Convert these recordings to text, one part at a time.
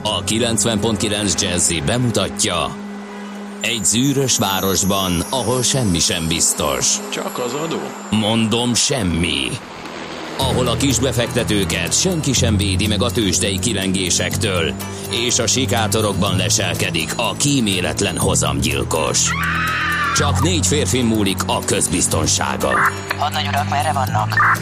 A 90.9 Jazzy bemutatja: egy zűrös városban, ahol semmi sem biztos. Csak az adó? Mondom, semmi. Ahol a kisbefektetőket senki sem védi meg a tőzsdei kilengésektől, és a sikátorokban leselkedik a kíméletlen hozamgyilkos. Csak 4 férfin múlik a közbiztonsága. Hadnagy urak, merre vannak?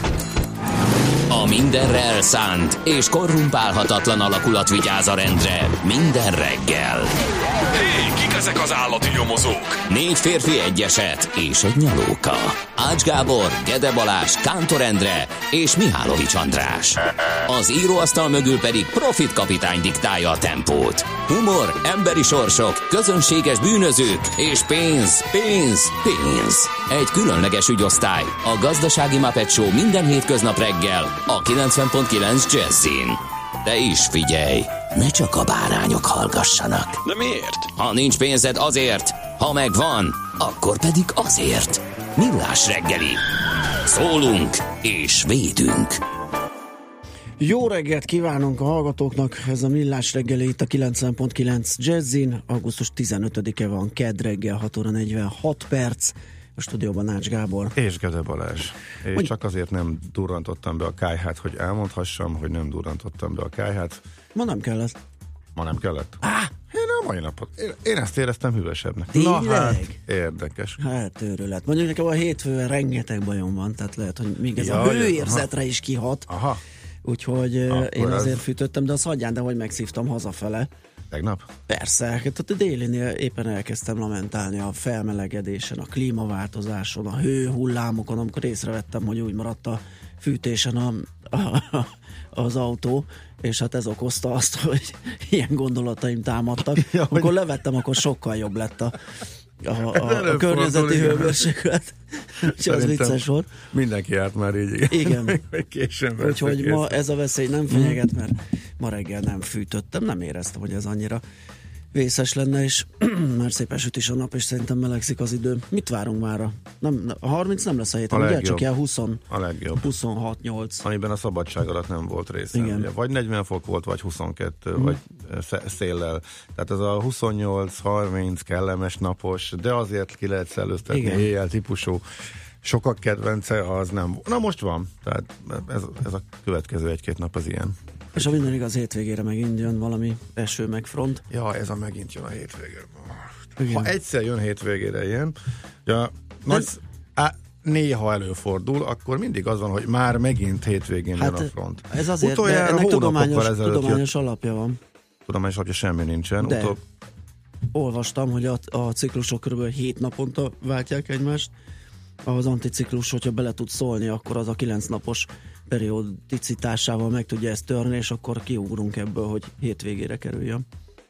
A mindenre elszánt és korrumpálhatatlan alakulat vigyáz a rendre minden reggel. Hé, kik ezek az állati nyomozók? 4 férfi, egy eset és egy nyalóka. Ács Gábor, Gede Balázs, Kántor Endre és Mihálovics András. Az íróasztal mögül pedig Profit kapitány diktálja a tempót. Humor, emberi sorsok, közönséges bűnözők és pénz, pénz, pénz. Egy különleges ügyosztály, a Gazdasági Muppet Show minden hétköznap reggel a 90.9 Jazzin. De is figyelj, ne csak a bárányok hallgassanak. De miért? Ha nincs pénzed, azért, ha megvan, akkor pedig azért. Millás reggeli. Szólunk és védünk. Jó reggelt kívánunk a hallgatóknak, ez a Millás reggeli itt a 90.9 Jazzin. Augusztus 15-e van, kedd reggel, 6 óra 46 perc. A stúdióban Ács Gábor. És Gede Balázs. És csak azért nem durrantottam be a kályhát, hogy elmondhassam, hogy nem durrantottam be a kályhát. Ma nem kellett. Ma nem kellett? Én a mai napot. Én ezt éreztem hűvösebbnek. Tényleg? Na hát, érdekes. Hát őrület. Mondjuk nekem a hétfőn rengeteg bajom van, tehát lehet, hogy még ez a Jaj, hőérzetre is kihat. Aha. Úgyhogy én azért fűtöttem, de azt hagyján, de hogy megszívtam hazafele. Tegnap? Persze, hát a délinél éppen elkezdtem lamentálni a felmelegedésen, a klímaváltozáson, a hőhullámokon, amikor észrevettem, hogy úgy maradt a fűtésen az autó, és hát ez okozta azt, hogy ilyen gondolataim támadtak. Ja, amikor levettem, akkor sokkal jobb lett a környezeti hőmérséklet. Úgyhogy az vicces volt. Mindenki járt már így. Igen. Későn úgyhogy ma ez a veszély nem fenyeget, mert ma reggel nem fűtöttem, nem éreztem, hogy ez annyira vészes lenne, és már szépen süt is a nap, és szerintem melegszik az idő. Mit várunk mára? A 30 nem lesz a héten, ugye? Csak ilyen 20, a legjobb. 26-8. Amiben a szabadság alatt nem volt része. Ugye, vagy 40 fok volt, vagy 22, vagy széllel. Tehát ez a 28-30 kellemes napos, de azért ki lehet szellőztetni éjjel típusú. Sokak kedvence az nem. Na most van. Tehát ez a következő 1-2 nap az ilyen. És ha minden igaz, hétvégére megint jön valami eső meg front. Ja, ez a megint jön a hétvégére. Ha egyszer jön hétvégére ilyen, ja, néha előfordul, akkor mindig az van, hogy már megint hétvégén jön a front. Ez azért, de ennek tudományos alapja van. Tudományos alapja semmi nincsen. De olvastam, hogy a ciklusok kb. 7 naponta váltják egymást. Az anticiklus, hogyha bele tud szólni, akkor az a 9 napos periodicitásával meg tudja ezt törni, és akkor kiugrunk ebből, hogy hétvégére kerüljön.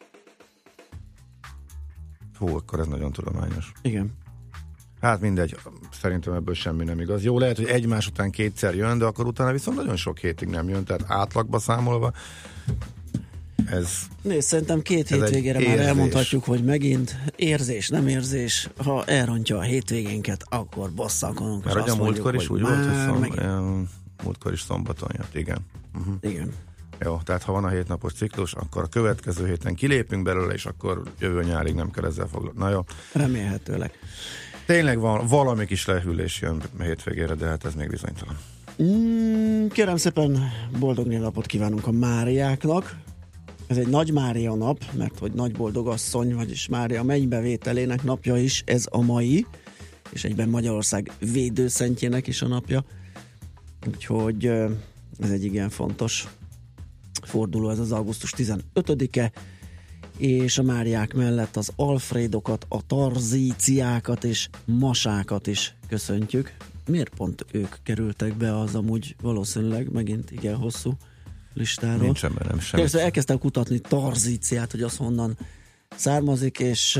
Hú, akkor ez nagyon tudományos. Igen. Hát mindegy, szerintem ebből semmi nem igaz. Jó, lehet, hogy egymás után 2-szer jön, de akkor utána viszont nagyon sok hétig nem jön, tehát átlagba számolva ez... Nézd, szerintem 2 hétvégére már elmondhatjuk, hogy megint érzés, nem érzés. Ha elrontja a hétvégénket, akkor bosszankodunk. Mert ugye a múltkor is úgy volt, hogy múltkor is szombaton jött, igen. Igen. Jó, tehát ha van a 7 napos ciklus, akkor a következő héten kilépünk belőle, és akkor jövő nyárig nem kell ezzel foglalkozni. Na jó. Remélhetőleg. Tényleg van valami kis lehűlés jön hétvégére, de hát ez még bizonytalan. Kérem szépen, boldog névnapot kívánunk a Máriáknak. Ez egy nagy Mária nap, mert hogy nagy boldogasszony, vagyis Mária mennybevételének napja is ez a mai, és egyben Magyarország védőszentjének is a napja. Úgyhogy ez egy igen fontos forduló, ez az augusztus 15-e, és a Máriák mellett az Alfredokat, a Tarzíciákat és Masákat is köszöntjük. Miért pont ők kerültek be az amúgy valószínűleg megint igen hosszú listáról? Nincsen bennem semmi. Persze elkezdtem kutatni Tarzíciát, hogy az honnan származik, és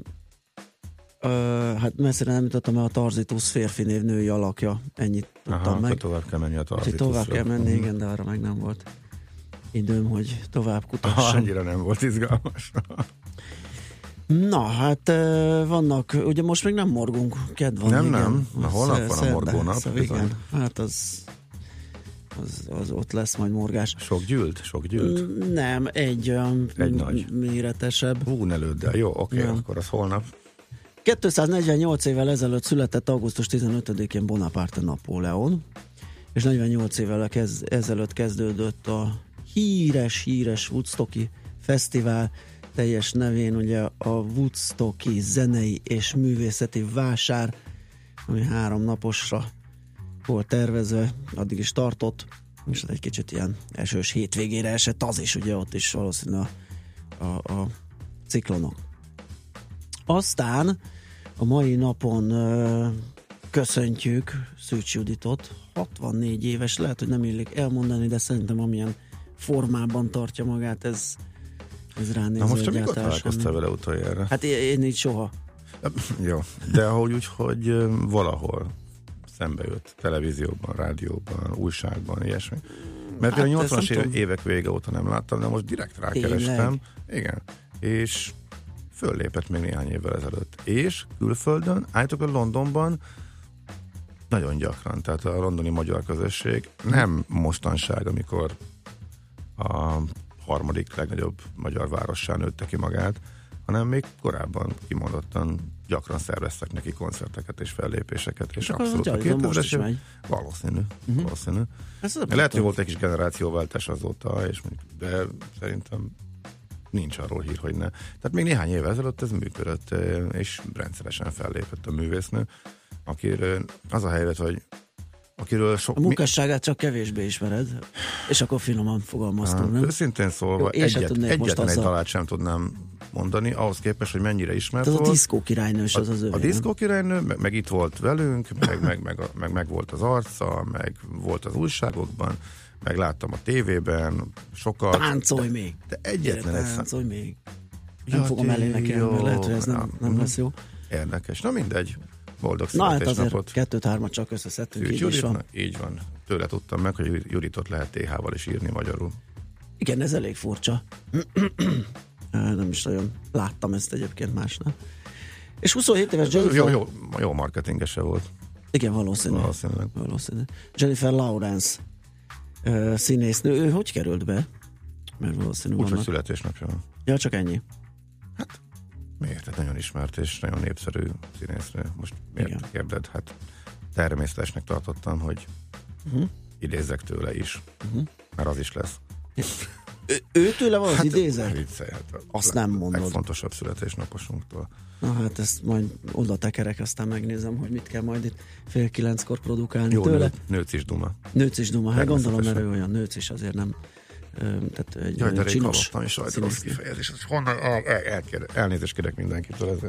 hát messzire nem jutottam, mert a Tarzitus férfi név, női alakja, ennyit tudtam meg. Tovább kell menni a Tarzitusra. Tovább kell menni, igen, de arra meg nem volt időm, hogy tovább kutassam. Annyira nem volt izgalmas. Na, hát vannak, ugye most még nem morgunk, kedv van. Nem, na holnap van a morgónap. Igen, hát az az ott lesz majd morgás. Sok gyűlt? Nem, egy nagy. méretesebb. Ne lőd el. Jó, oké, akkor az holnap. 248 évvel ezelőtt született augusztus 15-én Bonaparte Napóleon, és 48 évvel ezelőtt kezdődött a híres Woodstocki Fesztivál, teljes nevén ugye a Woodstocki Zenei és Művészeti Vásár, ami 3 naposra volt tervezve, addig is tartott, és egy kicsit ilyen esős hétvégére esett az is, ugye ott is valószínűleg a ciklonok. Aztán a mai napon köszöntjük Szűcs Juditot, 64 éves, lehet, hogy nem illik elmondani, de szerintem amilyen formában tartja magát, ez ránéző. Na most csak mikor találkoztál vele utoljára? Hát én így soha. Jó, de ahogy úgy, hogy valahol szembe jött, televízióban, rádióban, újságban, ilyesmi. Mert hát én a 80-as évek vége óta nem láttam, de most direkt rákerestem. Igen, és föllépett még néhány évvel ezelőtt. És külföldön, állítólag Londonban nagyon gyakran, tehát a londoni magyar közösség nem mostanság, amikor a harmadik legnagyobb magyar várossá nőtte ki magát, hanem még korábban kimondottan gyakran szerveztek neki koncerteket és fellépéseket, és abszolút a 2000-es valószínű. Lehet, hogy volt egy kis generációváltás azóta, de szerintem nincs arról hír, hogy ne. Tehát még néhány év ezelőtt ez működött, és rendszeresen fellépett a művésznő, akiről az a helyzet, hogy akiről sok... A munkásságát csak kevésbé ismered, és akkor finoman fogalmaztunk, nem? Őszintén szólva, egyetlen egy dalát sem tudnám mondani, ahhoz képest, hogy mennyire ismert volt. A diszkó királynős az övé. A diszkó királynő, meg itt volt velünk, meg volt az arca, meg volt az újságokban, meg láttam a tévében, sokat. Táncolj még! De egyetlen egy táncolj még! Nem fogom elénekelni, mert lehet, hogy ez nem lesz jó. Érdekes. Na mindegy. Boldog születésnapot. Na hát azért 2-3-at csak összeszedtünk, így is van. Így van. Tőle tudtam meg, hogy Juditot lehet TH-val is írni magyarul. Igen, ez elég furcsa. Nem is nagyon láttam ezt egyébként másnál. És 27 éves Jennifer... Jó marketingese volt. Igen, valószínűleg. Jennifer Lawrence színésznő. Ő hogy került be? Mert valószínűleg úgy, hogy születésnapja van. Ja, csak ennyi. Hát miért? Tehát nagyon ismert és nagyon népszerű színésznő. Most miért igen. Kérded? Hát természetesnek tartottam, hogy idézzek tőle is. Mert az is lesz. Ő tőle van az idézet? Azt nem mondod. Legfontosabb születésnaposunktól. Na hát ezt majd oda tekerek, aztán megnézem, hogy mit kell majd itt 8:30 produkálni jó, tőle. Nőcis duma. Nőcis duma, hát gondolom, mert ő olyan nőcis azért nem. Tehát egy jaj, de rég csinos hallottam, és rajta rossz kifejezés. Honnan? Elnézést kérek mindenkitől ezzel.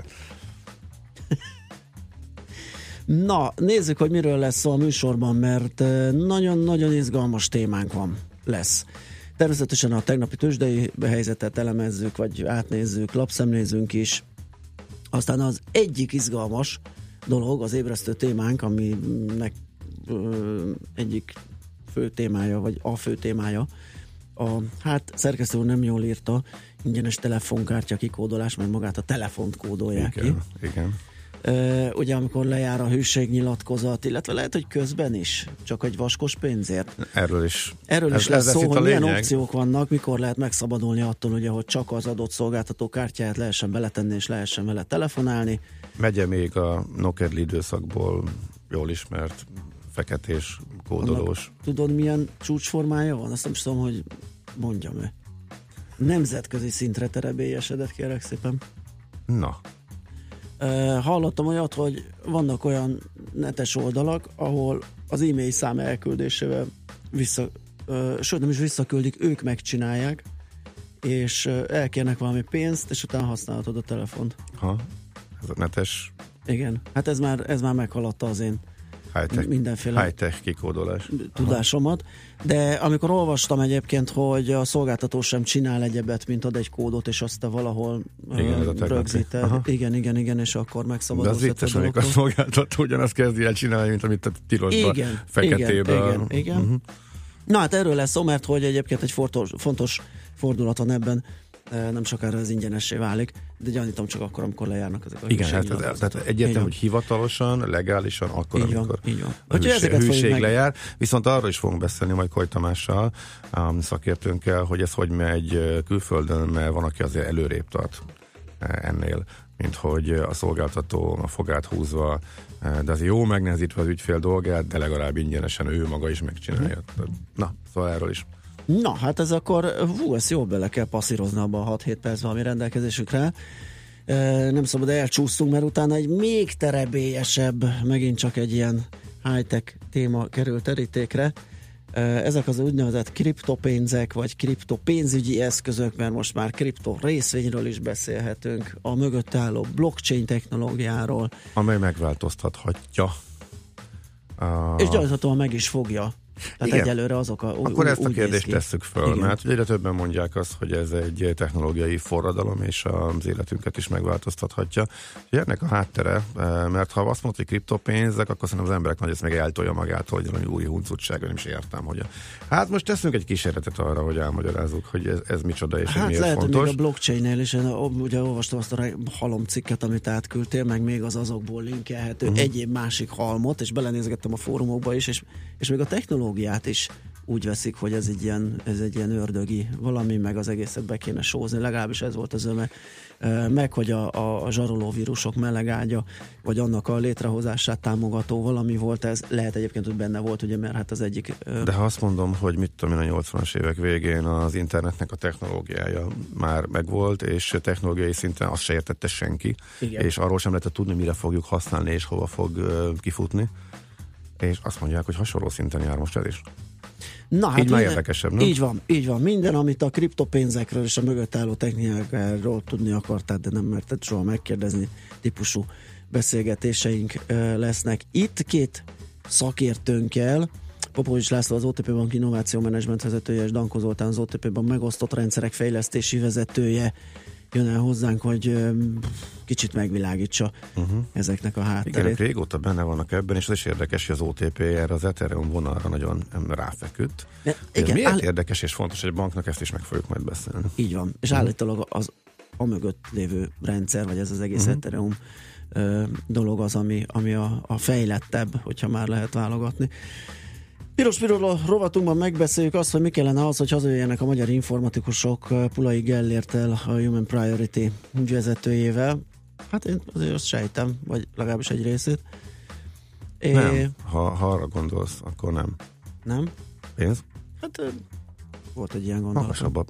Na, nézzük, hogy miről lesz szó a műsorban, mert nagyon-nagyon izgalmas témánk lesz. Természetesen a tegnapi tőzsdei helyzetet elemezzük, vagy átnézzük, lapszemlézünk is. Aztán az egyik izgalmas dolog, az ébresztő témánk, aminek egyik fő témája, vagy a fő témája, hát szerkesztő úr nem jól írta, ingyenes telefonkártya kikódolás, mert magát a telefont kódolják ki. Igen. Ugye amikor lejár a hűségnyilatkozat, illetve lehet, hogy közben is, csak egy vaskos pénzért. Erről is lesz szó, hogy milyen opciók vannak, mikor lehet megszabadulni attól, ugye, hogy csak az adott szolgáltató kártyáját lehessen beletenni, és lehessen vele telefonálni. Megye még a Nokedli időszakból jól ismert feketés, kódolós. Annak, tudod, milyen csúcsformája van? Azt nem tudom, hogy mondjam-e. Nemzetközi szintre terebélyesedett, kérek szépen. Na. Hallottam olyat, hogy vannak olyan netes oldalak, ahol az e-mail szám elküldésével sőt nem is visszaküldik, ők megcsinálják, és elkérnek valami pénzt, és utána használhatod a telefont. Ez a netes... Igen, hát ez már meghaladta az én mindenféle high-tech kikódolás tudásomat, de amikor olvastam egyébként, hogy a szolgáltató sem csinál egyebet, mint ad egy kódot, és azt te valahol rögzíted. Igen, és akkor megszabadulsz. De az vicces, amikor a szolgáltató ugyanazt kezdi el csinálni, mint amit a tilosba, feketébe. Igen. Na hát erről lesz szó, mert hogy egyébként egy fontos fordulat van ebben nem sokára ez ingyenessé válik, de gyanítom csak akkor, amikor lejárnak ezek a igen, tehát egyértelmű, hogy hivatalosan, legálisan, akkor, így amikor van. a hűség lejár. Viszont arról is fogunk beszélni majd Koly Tamással, szakértőnkkel, hogy ez hogy megy külföldön, mert van, aki azért előrébb tart ennél, mint hogy a szolgáltató a fogát húzva, de az jó megnehezítve az ügyfél dolgát, de legalább ingyenesen ő maga is megcsinálja. Na, szóval erről is. Na, hát ez akkor, ezt jól bele kell passzírozni abba a 6-7 percben, ami rendelkezésükre. Nem szabad elcsúsztunk, mert utána egy még terebélyesebb, megint csak egy ilyen high-tech téma került terítékre. Ezek az úgynevezett kriptopénzek, vagy kriptopénzügyi eszközök, mert most már kripto részvényről is beszélhetünk, a mögött álló blockchain technológiáról. Amely megváltoztathatja. És gyakorlatilag meg is fogja. Tehát igen. Egyelőre azok akkor ezt a kérdést tesszük föl, igen. Mert egyre többen mondják azt, hogy ez egy technológiai forradalom, és az életünket is megváltoztathatja. Ennek a háttere, mert ha azt mondod, hogy kriptopénzek, akkor szerintem az emberek nagy ezt meg eltolja magától, hogy valami új huncutság, nem is értem, hogy hát most teszünk egy kísérletet arra, hogy elmagyarázzuk, hogy ez micsoda és miért lehet, fontos. Hogy még a blockchain-nél is, ugye olvastam azt a halomcikket, amit átküldtél, meg még az azokból linkelhető egyéb másik halmot, és belenézgettem a fórumokba is, és még a technológiát is úgy veszik, hogy ez egy ilyen ördögi valami, meg az egészet be kéne sózni, legalábbis ez volt az öme, meg hogy a zsaroló vírusok melegágya, vagy annak a létrehozását támogató valami volt, ez lehet egyébként, hogy benne volt, ugye, mert hát az egyik... De ha azt mondom, hogy mit tudom én, a 80-as évek végén az internetnek a technológiája már megvolt, és technológiai szinten azt se értette senki, igen. És arról sem lehetett tudni, mire fogjuk használni, és hova fog kifutni, és azt mondják, hogy hasonló szinten jár most ez is. Na, hát így már érdekesebb, nem? Így van. Minden, amit a kriptopénzekről és a mögött álló technikáról tudni akartál, de nem merted soha megkérdezni, típusú beszélgetéseink lesznek. Itt két szakértőnkkel, Popovics László, az OTP Bank Innováció Menedzsment vezetője, és Danko Zoltán, az OTP Bank megosztott rendszerek fejlesztési vezetője jön el hozzánk, hogy kicsit megvilágítsa ezeknek a hátterét. Igen, régóta benne vannak ebben, és az is érdekes, hogy az OTP erre az Ethereum vonalra nagyon ráfeküdt. Miért érdekes és fontos, hogy a banknak ezt is meg fogjuk majd beszélni. Így van, és állítólag az a mögött lévő rendszer, vagy ez az egész Ethereum dolog az, ami a fejlettebb, hogyha már lehet válogatni. Piros-piros rovatunkban megbeszéljük azt, hogy mi kellene ahhoz, hogy hazajöjjenek a magyar informatikusok Pulai Gellérttel, a Human Priority vezetőjével. Hát én azért azt sejtem, vagy legalábbis egy részét. Nem, ha arra gondolsz, akkor nem. Nem? Pénz? Hát volt egy ilyen gondolat. Magasabb,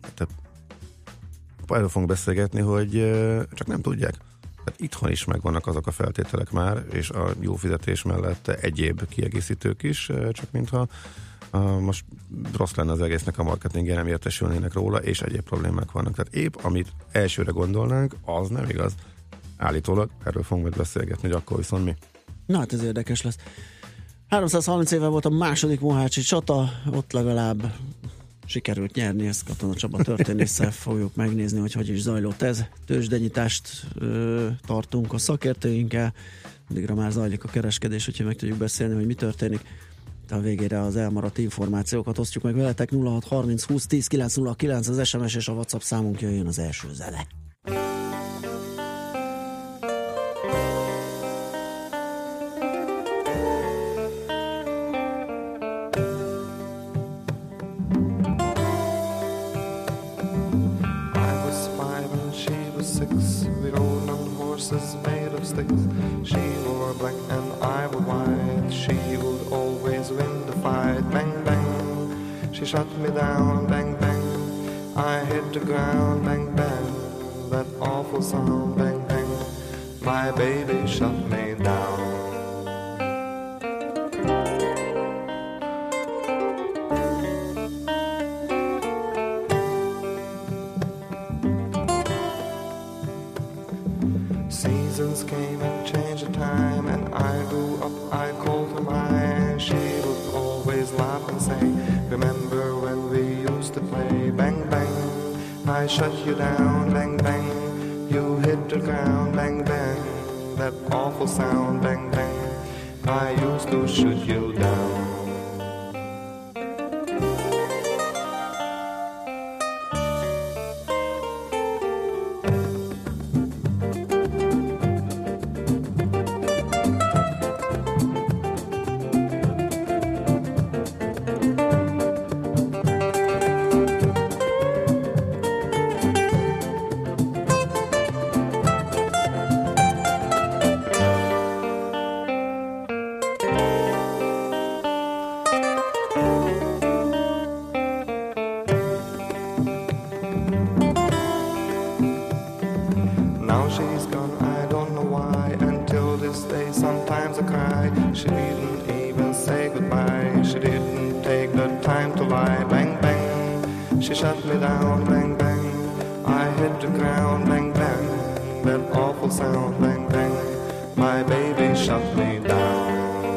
erről fogunk beszélgetni, hogy csak nem tudják. Tehát itthon is megvannak azok a feltételek már, és a jó fizetés mellett egyéb kiegészítők is, csak mintha most rossz lenne az egésznek a marketingje, nem értesülnének róla, és egyéb problémák vannak. Tehát épp amit elsőre gondolnánk, az nem igaz. Állítólag erről fogunk majd beszélgetni, hogy akkor viszont mi. Na hát ez érdekes lesz. 330 éve volt a második mohácsi csata, ott legalább sikerült nyerni, ezt Katona Csaba történésszel fogjuk megnézni, hogy is zajlott ez. Tőzsdenyitást tartunk a szakértőinkkel, addigra már zajlik a kereskedés, úgyhogy meg tudjuk beszélni, hogy mi történik. De a végére az elmaradt információkat osztjuk meg veletek. 0630 20 10 909 az SMS és a WhatsApp számunk, jöjjön az első zene. Shut me down, bang, bang. I hit the ground, bang, bang. That awful sound, bang, bang. My baby shut me down. Seasons came and changed the time, and I grew up, I called her mine. She would always laugh and say, remember when we used to play, bang, bang, I shut you down, bang, bang, you hit the ground, bang, bang, that awful sound, bang, bang, I used to shoot you down. She shut me down, bang, bang. I hit the ground, bang, bang. That awful sound, bang, bang. My baby shut me down.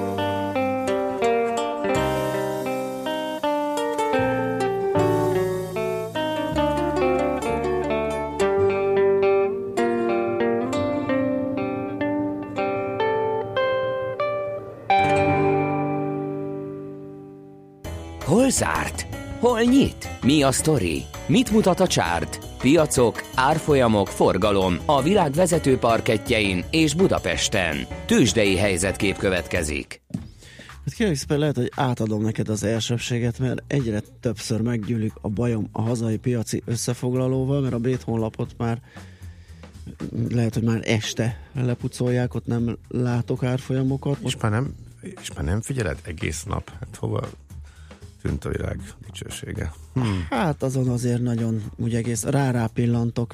Hol zárt? Hol nyit? Mi a sztori? Mit mutat a csárt? Piacok, árfolyamok, forgalom a világ vezető parkettjein és Budapesten. Tőzsdei helyzetkép következik. Hát kérlek szépen, lehet, hogy átadom neked az elsőbséget, mert egyre többször meggyűlik a bajom a hazai piaci összefoglalóval, mert a Bét honlapot már lehet, hogy már este lepucolják, ott nem látok árfolyamokat. És már nem figyeled egész nap? Hát hova tűnt a világ dicsősége? Hát azon azért nagyon úgy egész rá pillantok,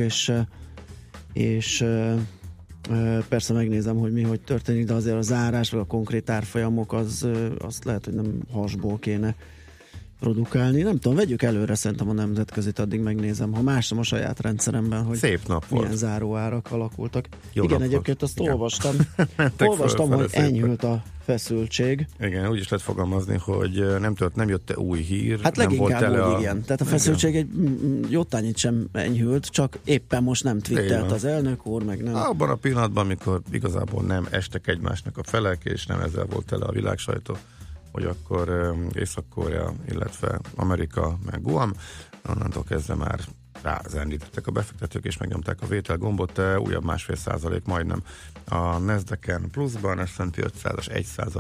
és persze megnézem, hogy mi hogy történik, de azért a zárás, vagy a konkrét árfolyamok, azt lehet, hogy nem hasból kéne produkálni. Nem tudom, vegyük előre szerintem a nemzetközit, addig megnézem, ha más nem a saját rendszeremben, hogy szép nap milyen volt. záróárak alakultak. Jó igen, nap egyébként volt. azt Igen. olvastam, hogy enyhült a feszültség. Igen, úgy is lehet fogalmazni, hogy nem jött új hír. Hát nem volt leginkább úgy, igen. Tehát a feszültség egy jótányit sem enyhült, csak éppen most nem twittelt az elnök úr, meg nem. Abban a pillanatban, amikor igazából nem estek egymásnak a felek, és nem ezzel volt tele a világsajtó, hogy akkor Észak-Korea, illetve Amerika, meg Guam, onnantól kezdve már rázendítettek a befektetők, és megnyomták a vétel gombot, újabb 1,5% majdnem. A Nasdaqen pluszban, S&P 500-as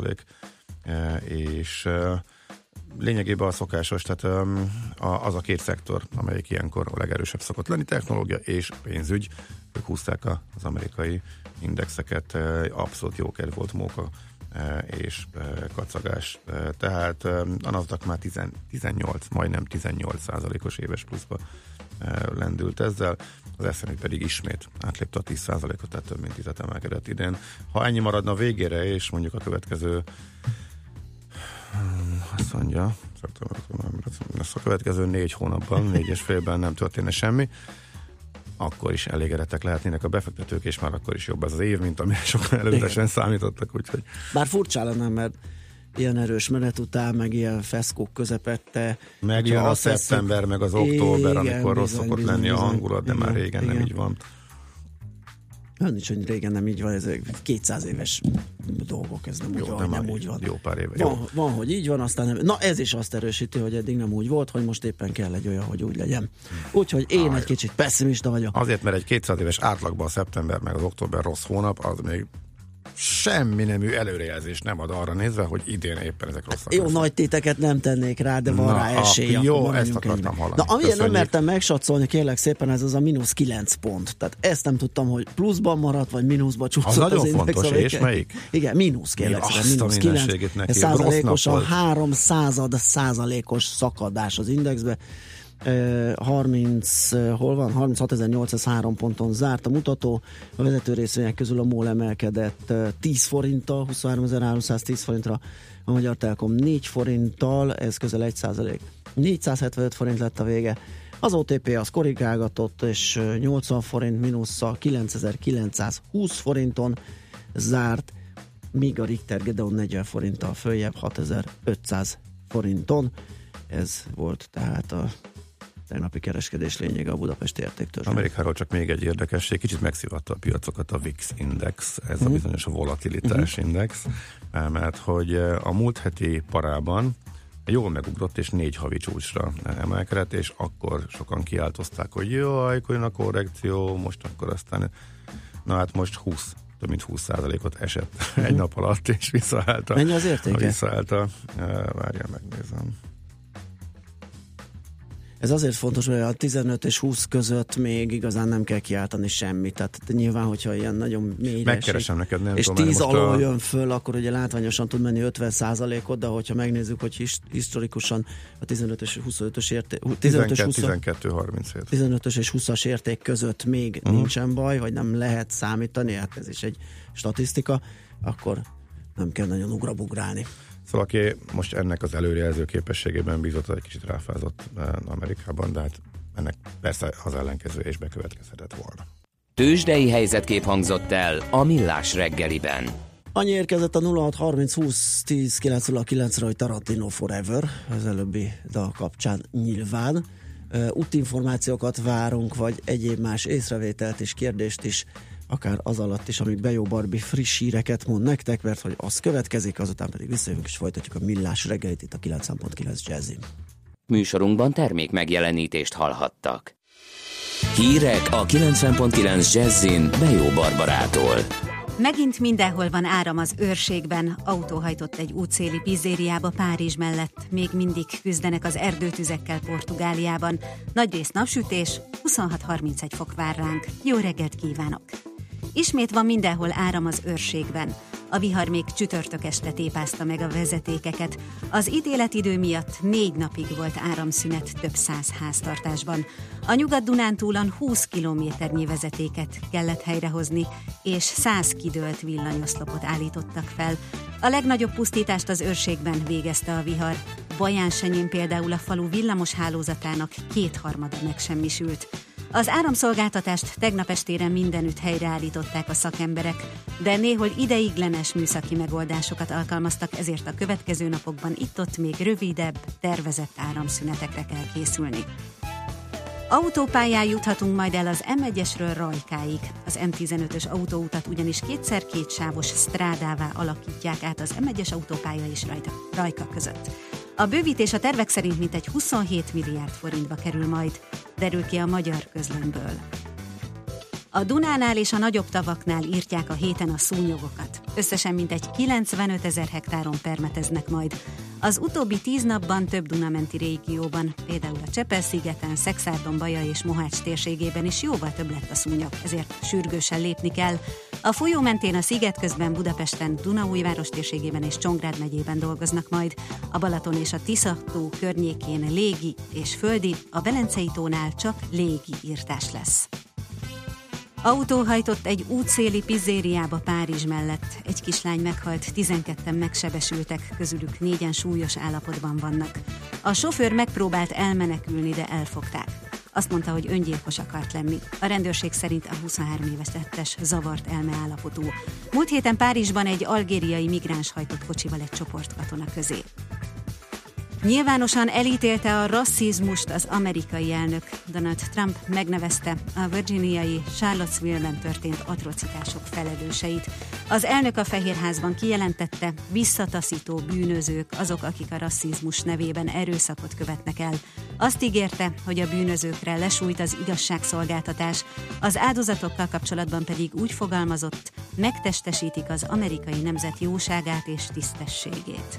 1%, és lényegében a szokásos, tehát az a két szektor, amelyik ilyenkor a legerősebb szokott lenni, technológia és pénzügy, ők húzták az amerikai indexeket, abszolút jókedv volt móka és kacagás. Tehát a Nasdaq már 18, majdnem 18%-os éves pluszba lendült ezzel, az S&P pedig ismét átlépte a 10%-ot, tehát több mint 10-et emelkedett idén. Ha ennyi maradna végére, és mondjuk a következő azt mondja, a következő 4 hónapban, 4,5-ben nem történne semmi, akkor is elégedettek lehetnének a befektetők, és már akkor is jobb ez az év, mint amire sokan előzetesen számítottak, úgyhogy... Bár furcsa lenne, mert ilyen erős menet után, meg ilyen feszkók közepette. Megjön a szeptember, meg az október, amikor rossz szokott lenni a hangulat, de már régen nem így van. Nincs, hogy régen nem így van, ez 200 éves dolgok, ez nem úgy van, nem úgy van. Jó pár éve. Van, hogy így van, aztán nem. Na ez is azt erősíti, hogy eddig nem úgy volt, hogy most éppen kell egy olyan, hogy úgy legyen. Úgyhogy én egy kicsit pessimista vagyok. Azért, mert egy 200 éves átlagban a szeptember meg az október rossz hónap, az még semmi nemű előrejelzés nem ad arra nézve, hogy idén éppen ezek rosszak. Jó, nagy téteket nem tennék rá, de van rá esély. Jó, ezt akartam hallani. Na, amilyen nem mertem megsatszolni, kérlek szépen, ez az a -9 pont. Tehát ezt nem tudtam, hogy pluszban maradt, vagy mínuszba csúszott az nagyon index. Fontos, és melyik? Igen, mínusz, kérlek szépen, -9. Ez százalékosan 300%-os szakadás az indexbe. 36.803 ponton zárt a mutató, a vezető részvények közül a MOL emelkedett 10 forinttal, 23.310 forintra, a Magyar Telekom 4 forinttal, ez közel 1%, 475 forint lett a vége, az OTP az korrigálgatott, és 80 forint mínusszal 9.920 forinton zárt, míg a Richter Gedeon 40 forinttal följebb 6.500 forinton, ez volt tehát a tegnapi kereskedés lényege a budapesti értéktörzsön. Amerikáról csak még egy érdekesség, kicsit megszivatta a piacokat a VIX index, ez a bizonyos a volatilitás index, mert hogy a múlt heti parában jól megugrott, és 4 havi csúcsra emelkedett, és akkor sokan kiáltozták, hogy jaj, akkor jön a korrekció, most akkor aztán, na hát most több mint 20%-ot esett egy nap alatt, és visszaállt. Mennyi az értéke? Várjál, megnézem. Ez azért fontos, hogy a 15 és 20 között még igazán nem kell kiáltani semmit. Tehát nyilván, hogyha ilyen nagyon mélyre megkeresem neked, nem és tudom, 10 alól jön föl, akkor ugye látványosan tud menni 50%-ot, de hogyha megnézzük, hogy historikusan a 15-ös és 25-ös érték, 15-ös és 20-as érték között még nincsen baj, vagy nem lehet számítani, hát ez is egy statisztika, akkor nem kell nagyon ugrabugrálni. Szóval aki most ennek az előrejelző képességében bízott, egy kicsit ráfázott Amerikában, de hát ennek persze az ellenkezője is bekövetkezhetett volna. Tőzsdei helyzetkép hangzott el a Millás reggeliben. Annyi érkezett a 0630-20-10-909-re, hogy Tarantino Forever, az előbbi dal kapcsán nyilván. Útinformációkat várunk, vagy egyéb más észrevételt és kérdést is, akár az alatt is, amíg Bejó Barbi friss híreket mond nektek, mert hogy az következik, azután pedig visszajövünk és folytatjuk a Millás reggelit itt a 90.9 Jazzin. Műsorunkban termék megjelenítést hallhattak. Hírek a 90.9 Jazzin Bejó Barbarától. Megint mindenhol van áram az őrségben. Autó hajtott egy útszéli pizzériába Párizs mellett. Még mindig küzdenek az erdőtüzekkel Portugáliában. Nagyrészt napsütés, 26-31 fok vár ránk. Jó reggelt kívánok! Ismét van mindenhol áram az őrségben. A vihar még csütörtök este tépázta meg a vezetékeket. Az ítéletidő miatt 4 napig volt áramszünet több 100 háztartásban. A Nyugat-Dunántúlon 20 kilométernyi vezetéket kellett helyrehozni, és 100 kidőlt villanyoszlopot állítottak fel. A legnagyobb pusztítást az őrségben végezte a vihar. Bajánsenyén például a falu villamos hálózatának 2/3 megsemmisült. Az áramszolgáltatást tegnap estére mindenütt helyreállították a szakemberek, de néhol ideiglenes műszaki megoldásokat alkalmaztak, ezért a következő napokban itt-ott még rövidebb, tervezett áramszünetekre kell készülni. Autópályán juthatunk majd el az M1-esről Rajkáig. Az M15-ös autóutat ugyanis 2x2 sávos strádává alakítják át az M1-es autópálya és Rajka között. A bővítés a tervek szerint mintegy 27 milliárd forintba kerül majd, derül ki a Magyar Közlönyből. A Dunánál és a nagyobb tavaknál írtják a héten a szúnyogokat. Összesen mintegy 95 000 hektáron permeteznek majd. Az utóbbi 10 napban több Dunamenti régióban, például a Csepel-szigeten, Szexárdon, Baja és Mohács térségében is jóval több lett a szúnyog, ezért sürgősen lépni kell. A folyó mentén a sziget közben Budapesten, Dunaújváros térségében és Csongrád megyében dolgoznak majd. A Balaton és a Tisza-tó környékén légi és földi, a Velencei tónál csak légi írtás lesz. Autó hajtott egy útszéli pizzériába Párizs mellett. Egy kislány meghalt, 12-en megsebesültek, közülük 4-en súlyos állapotban vannak. A sofőr megpróbált elmenekülni, de elfogták. Azt mondta, hogy öngyilkos akart lenni. A rendőrség szerint a 23 éves tettes zavart elmeállapotú. Múlt héten Párizsban egy algériai migráns hajtott kocsival egy csoport katona közé. Nyilvánosan elítélte a rasszizmust az amerikai elnök. Donald Trump megnevezte a virginiai Charlottesville-ben történt atrocitások felelőseit. Az elnök a Fehérházban kijelentette, visszataszító bűnözők azok, akik a rasszizmus nevében erőszakot követnek el. Azt ígérte, hogy a bűnözőkre lesújt az igazságszolgáltatás, az áldozatokkal kapcsolatban pedig úgy fogalmazott, megtestesítik az amerikai nemzet jóságát és tisztességét.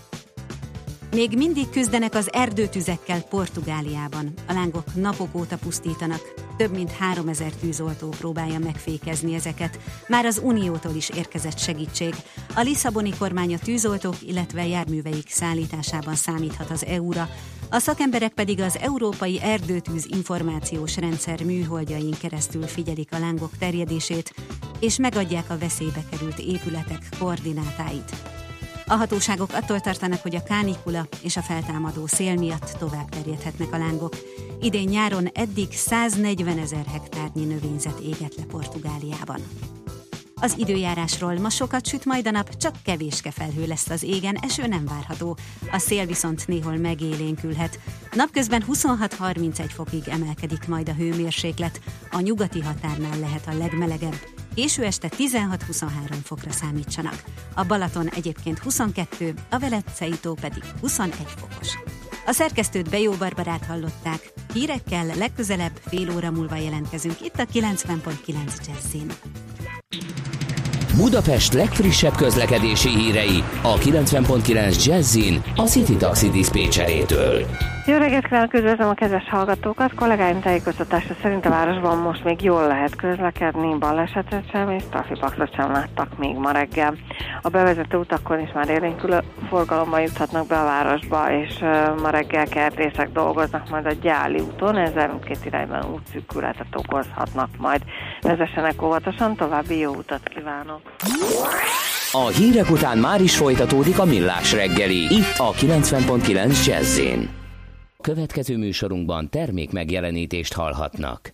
Még mindig küzdenek az erdőtüzekkel Portugáliában. A lángok napok óta pusztítanak. Több mint 3000 tűzoltó próbálja megfékezni ezeket. Már az Uniótól is érkezett segítség. A lisszaboni kormány a tűzoltók, illetve járműveik szállításában számíthat az EU-ra. A szakemberek pedig az Európai Erdőtűz Információs Rendszer műholdjain keresztül figyelik a lángok terjedését, és megadják a veszélybe került épületek koordinátáit. A hatóságok attól tartanak, hogy a kánikula és a feltámadó szél miatt tovább terjedhetnek a lángok. Idén nyáron eddig 140 000 hektárnyi növényzet égett le Portugáliában. Az időjárásról: ma sokat süt majd a nap, csak kevéske felhő lesz az égen, eső nem várható. A szél viszont néhol megélénkülhet. Napközben 26-31 fokig emelkedik majd a hőmérséklet, a nyugati határnál lehet a legmelegebb. Késő este 16-23 fokra számítsanak. A Balaton egyébként 22, a Velencei tó pedig 21 fokos. A szerkesztőt Bejó Barbarát hallották. Hírekkel legközelebb fél óra múlva jelentkezünk itt a 90.9 Jazzin. Budapest legfrissebb közlekedési hírei a 90.9 Jazzin a City Taxi diszpécserétől. Jó reggelt kívánok, üdvözlöm a kedves hallgatókat! Kollégáim tájékoztatása szerint a városban most még jól lehet közlekedni, balesetet sem és trafipaxot sem láttak még ma reggel. A bevezető utakon is már élénkülő forgalomban juthatnak be a városba, és ma reggel kertészek dolgoznak majd a Gyáli úton, ezzel mindkét irányban útszűkületet okozhatnak majd. Vezessenek óvatosan, további jó utat kívánok! A hírek után már is folytatódik a Millás reggeli, itt a 90.9 Jazz-in. Következő műsorunkban termék megjelenítést hallhatnak.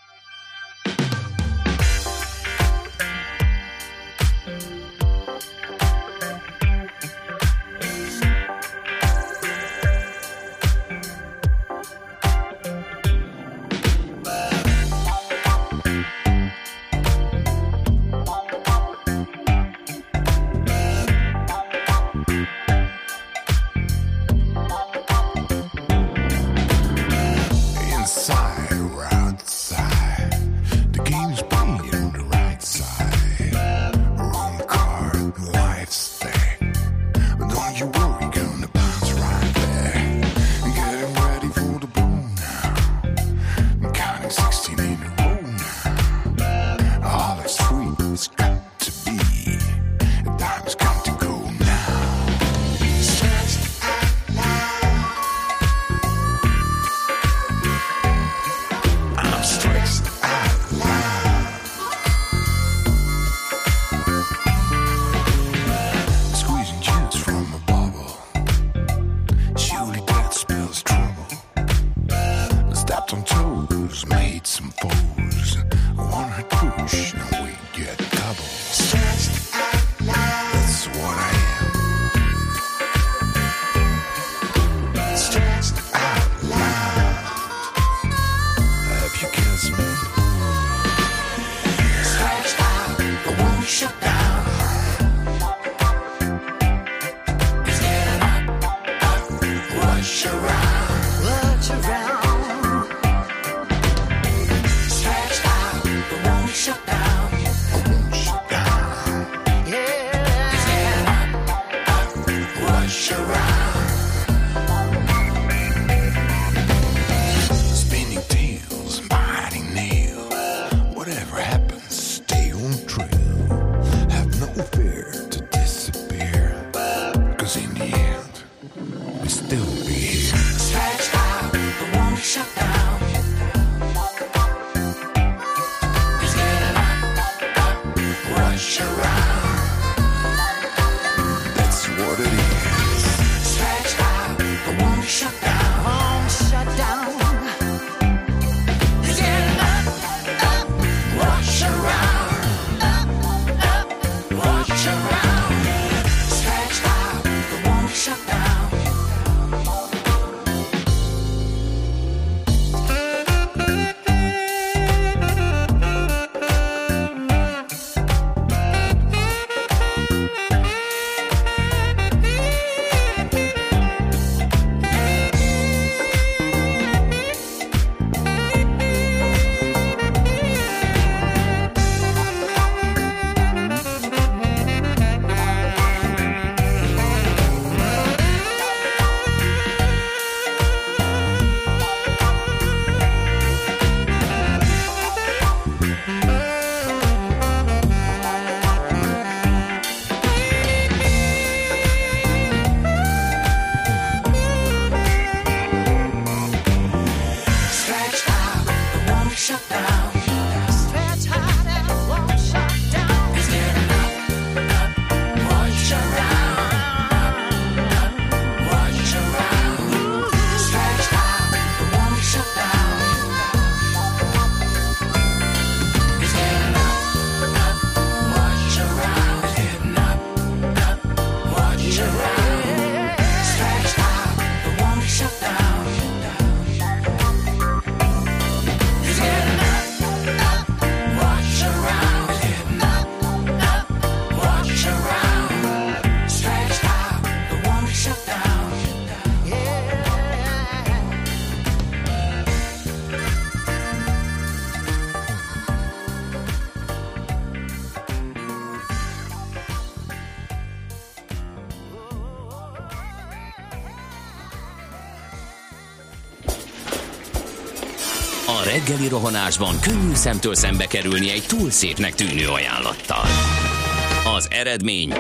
A reggeli rohanásban könnyű szemtől szembe kerülni egy túl szépnek tűnő ajánlattal. Az eredmény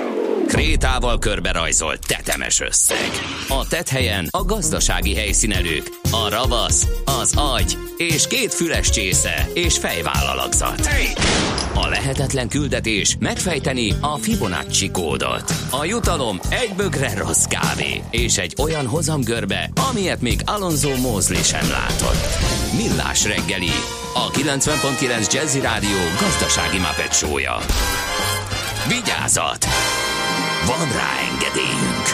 krétával körberajzolt tetemes összeg. A tetthelyen a gazdasági helyszínelők, a ravasz, az agy és 2 füles csésze és fejvállalakzat. A lehetetlen küldetés megfejteni a Fibonacci kódot. A jutalom egy bögre rossz kávé és egy olyan hozamgörbe, amilyet még Alonso Mosley sem látott. Millás reggeli, a 90.9 Jazzy Rádió gazdasági Muppet show-ja. Vigyázat! Van rá engedélyünk!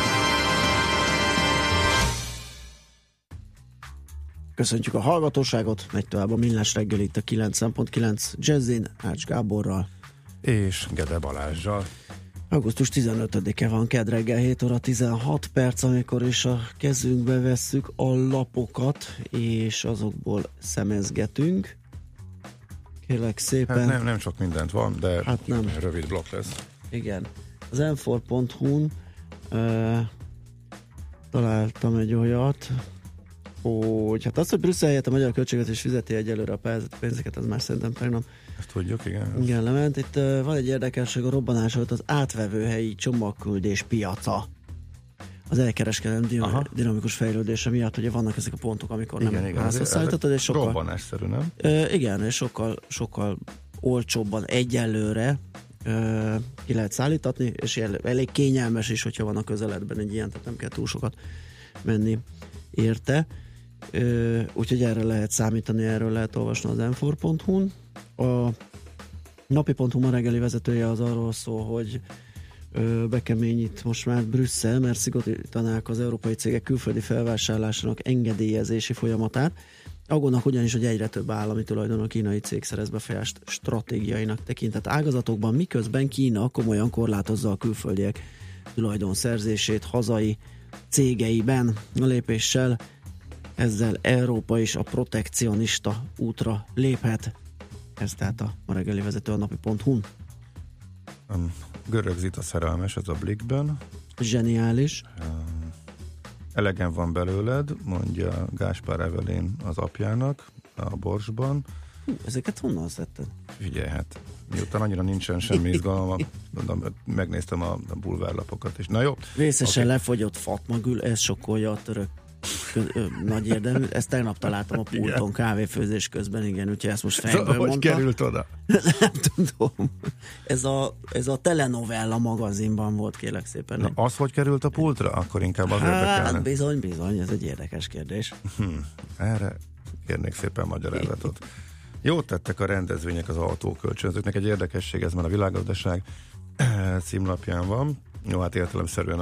Köszöntjük a hallgatóságot, megy tovább a Millás reggeli itt a 90.9 Jazzin, Ács Gáborral és Gede Balázsral. Augusztus 15-e van, kedd reggel 7 óra 16 perc, amikor is a kezünkbe vesszük a lapokat, és azokból szemezgetünk. Kérlek szépen. Hát nem sok mindent van, de hát nem. Rövid blokk lesz. Igen. Az m4.hu-n találtam egy olyat, hogy hát az, hogy Brüsszel helyett a magyar költségvetés fizeti egyelőre a pénzeket, az már szerintem tegnap. Ezt tudjuk, igen. Igen, lement. Itt van egy érdekesség, a robbanás volt az átvevőhelyi csomagküldés piaca. Az elkereskedelem dinamikus fejlődése miatt, ugye vannak ezek a pontok, amikor nem házhoz szállítottad, és sokkal... Robbanásszerű, nem? Igen, és sokkal olcsóbban egyelőre ki lehet szállítatni, és elég kényelmes is, hogyha van a közeledben egy ilyen, tehát nem kell túl sokat menni érte. Úgyhogy erre lehet számítani, erről lehet olvasni az m4.hu-n. A napi.hu ma reggeli vezetője az arról szól, hogy bekeményít most már Brüsszel, mert szigorítanák az európai cégek külföldi felvásárlásának engedélyezési folyamatát. Aggódnak ugyanis, hogy egyre több állami tulajdonú kínai cég szerez befolyást stratégiainak tekintett ágazatokban, miközben Kína komolyan korlátozza a külföldiek tulajdonszerzését hazai cégeiben. A lépéssel ezzel Európa is a protekcionista útra léphet. Ez tehát a ma reggeli vezető a napi.hu-n. Görögzít a szerelmes, ez a Blickben. Zseniális. Elegem van belőled, mondja Gáspár Evelyn az apjának a Borsban. Ezeket honnan szedted? Figyelj, hát miután annyira nincsen semmi izgalma, megnéztem a bulvárlapokat, és na jó. Vészesen lefogyott Fatma Gül, ez sokkolja a török nagy érdemű. Ezt tegnap találtam a pulton kávéfőzés közben, igen, úgyhogy ezt most fejből mondta. Hogy került oda? Nem tudom. Ez a telenovella magazinban volt, kérlek szépen. Na, az hogy került a pultra? Akkor inkább az érdekelne. Hát bizony, ez egy érdekes kérdés. Erre kérnék szépen magyarázatot. Jót tettek a rendezvények az autókölcsönzőknek. Egy érdekesség, ez már a Világgazdaság címlapján van. Jó, hát értelemszerűen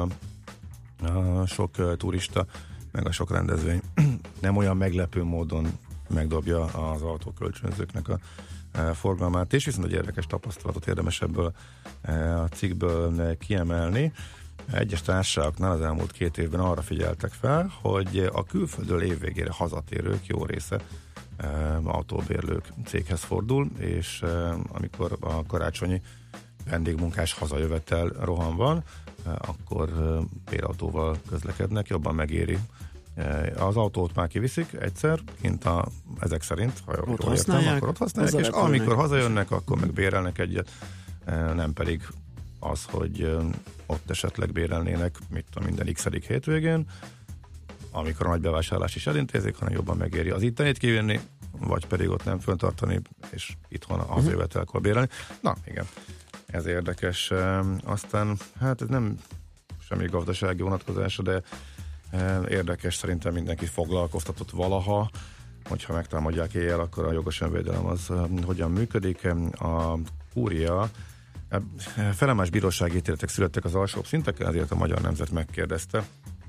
a sok turista meg a sok rendezvény nem olyan meglepő módon megdobja az autókölcsönzőknek a forgalmát, és viszont egy érdekes tapasztalatot érdemes ebből a cikkből kiemelni. Egyes társaságoknál az elmúlt 2 évben arra figyeltek fel, hogy a külföldről évvégére hazatérők jó része autóbérlők céghez fordul, és amikor a karácsonyi vendégmunkás hazajövetel rohan van, akkor bérautóval közlekednek, jobban megéri. Az autót már kiviszik egyszer, ezek szerint, ha jól értem, akkor ott használják, és amikor hazajönnek, akkor meg bérelnek egyet, nem pedig az, hogy ott esetleg bérelnének, minden x-edik hétvégén, amikor a nagy bevásárlás is elintézik, hanem jobban megéri az ittenit kivinni, vagy pedig ott nem föntartani, és itthon a hazajövetelkor bérelni. Na, igen. Ez érdekes. Aztán, hát ez nem semmi gazdasági vonatkozása, de érdekes, szerintem mindenki foglalkoztatott valaha, hogyha megtámadják éjjel, akkor a jogos önvédelem az hogyan működik. A kúria, felemás bírósági ítéletek születtek az alsóbb szinteken, ezért a Magyar Nemzet megkérdezte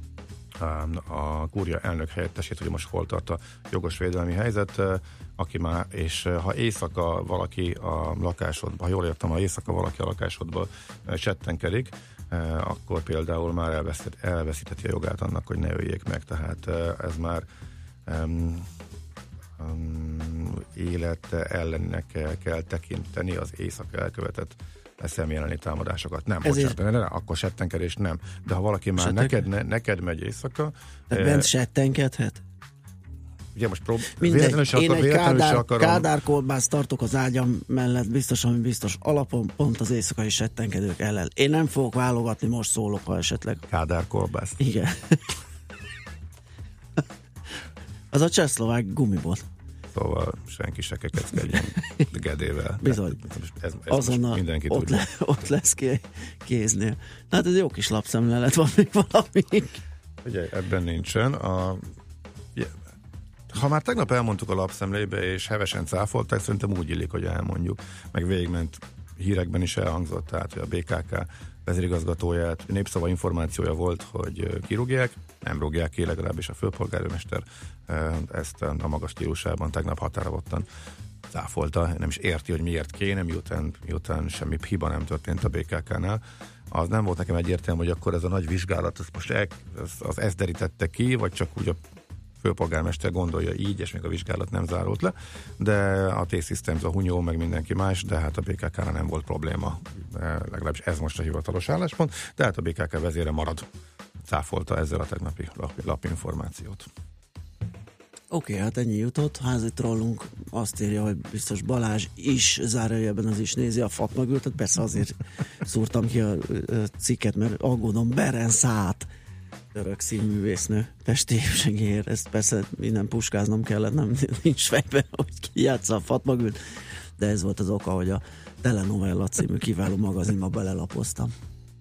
a kúria elnök helyettesét, hogy most hol tart a jogos védelmi helyzet, aki már, és ha éjszaka valaki a lakásodba, ha jól értem, ha éjszaka valaki a lakásodba csettenkedik, akkor például már elveszítheti a jogát annak, hogy ne öljék meg, tehát ez már élet ellennek kell tekinteni az éjszaka elkövetett személyelleni támadásokat. Nem, akkor settenkedés nem. De ha valaki már neked megy éjszaka... Tehát bent settenkedhet? ugye most mindegy, én egy kádárkolbászt tartok az ágyam mellett, biztos, ami biztos alapon, pont az éjszakai settenkedők ellen. Én nem fogok válogatni, most szólok, ha esetleg. Kádárkolbászt. Igen. Az a csehszlovák gumiból. Szóval senki se kekeckedjen Gedével. Bizony. Ez azonnal mindenki tudja. Ott lesz kéznél. Hát ez jó kis lapszemlelet, van még valami. Ugye ebben nincsen. Ha már tegnap elmondtuk a lapszemlébe, és hevesen cáfolták, szerintem úgy illik, hogy elmondjuk. Meg végigment hírekben is elhangzott, tehát hogy a BKK vezérigazgatóját, népszava információja volt, hogy kirúgják, nem rúgják ki, legalábbis a főpolgármester ezt a magas stílusában tegnap határozottan cáfolta, nem is érti, hogy miért kéne, miután semmi hiba nem történt a BKK-nál. Az nem volt nekem egyértelmű, hogy akkor ez a nagy vizsgálat, az ezt derítette ki, vagy csak úgy a főpolgármester gondolja így, és még a vizsgálat nem zárult le, de a T-Systems, a Hunyó, meg mindenki más, de hát a BKK-nál nem volt probléma. Legalábbis ez most a hivatalos álláspont, de hát a BKK vezére marad. Cáfolta ezzel a tegnapi lapinformációt. Oké, hát ennyi jutott. Házi trollunk azt írja, hogy biztos Balázs is, zárójelben az is nézi a FAT mögül, persze azért szúrtam ki a cikket, mert aggódom, Berenszát, török színművésznő, testi segélyért, ezt persze innen puskáznom kellett, nem nincs fejben, hogy ki játsza a FAT mögül, de ez volt az oka, hogy a Telenovella című kiváló magazinba belelapoztam.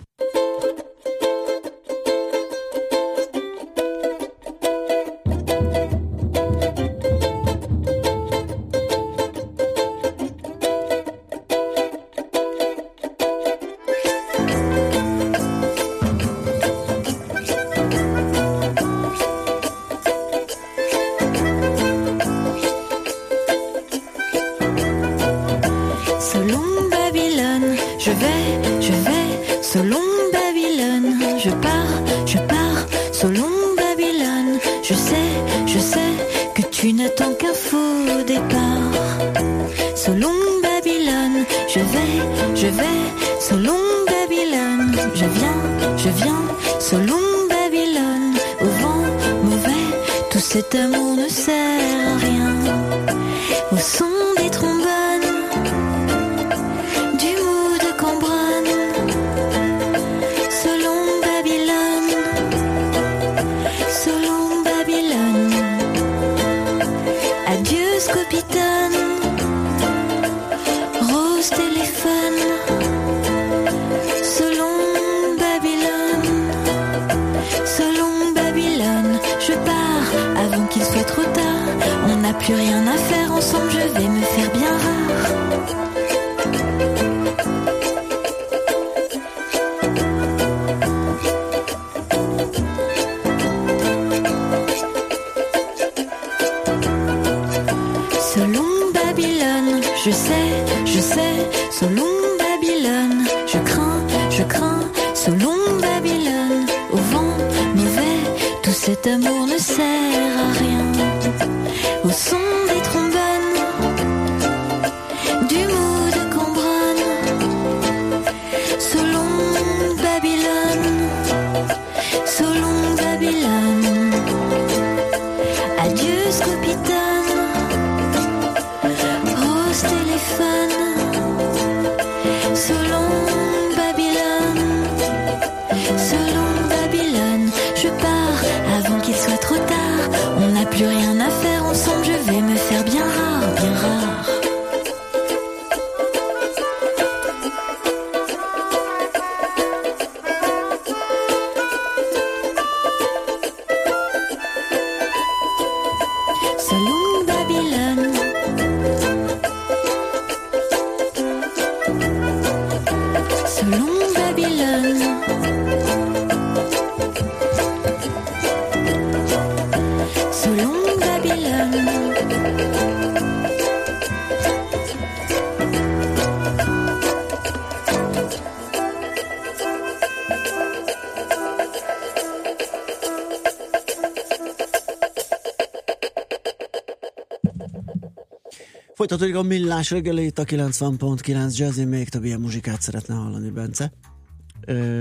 Folytatódik a Millás reggeli itt a 90.9 Jazzy, még több ilyen muzsikát szeretne hallani, Bence.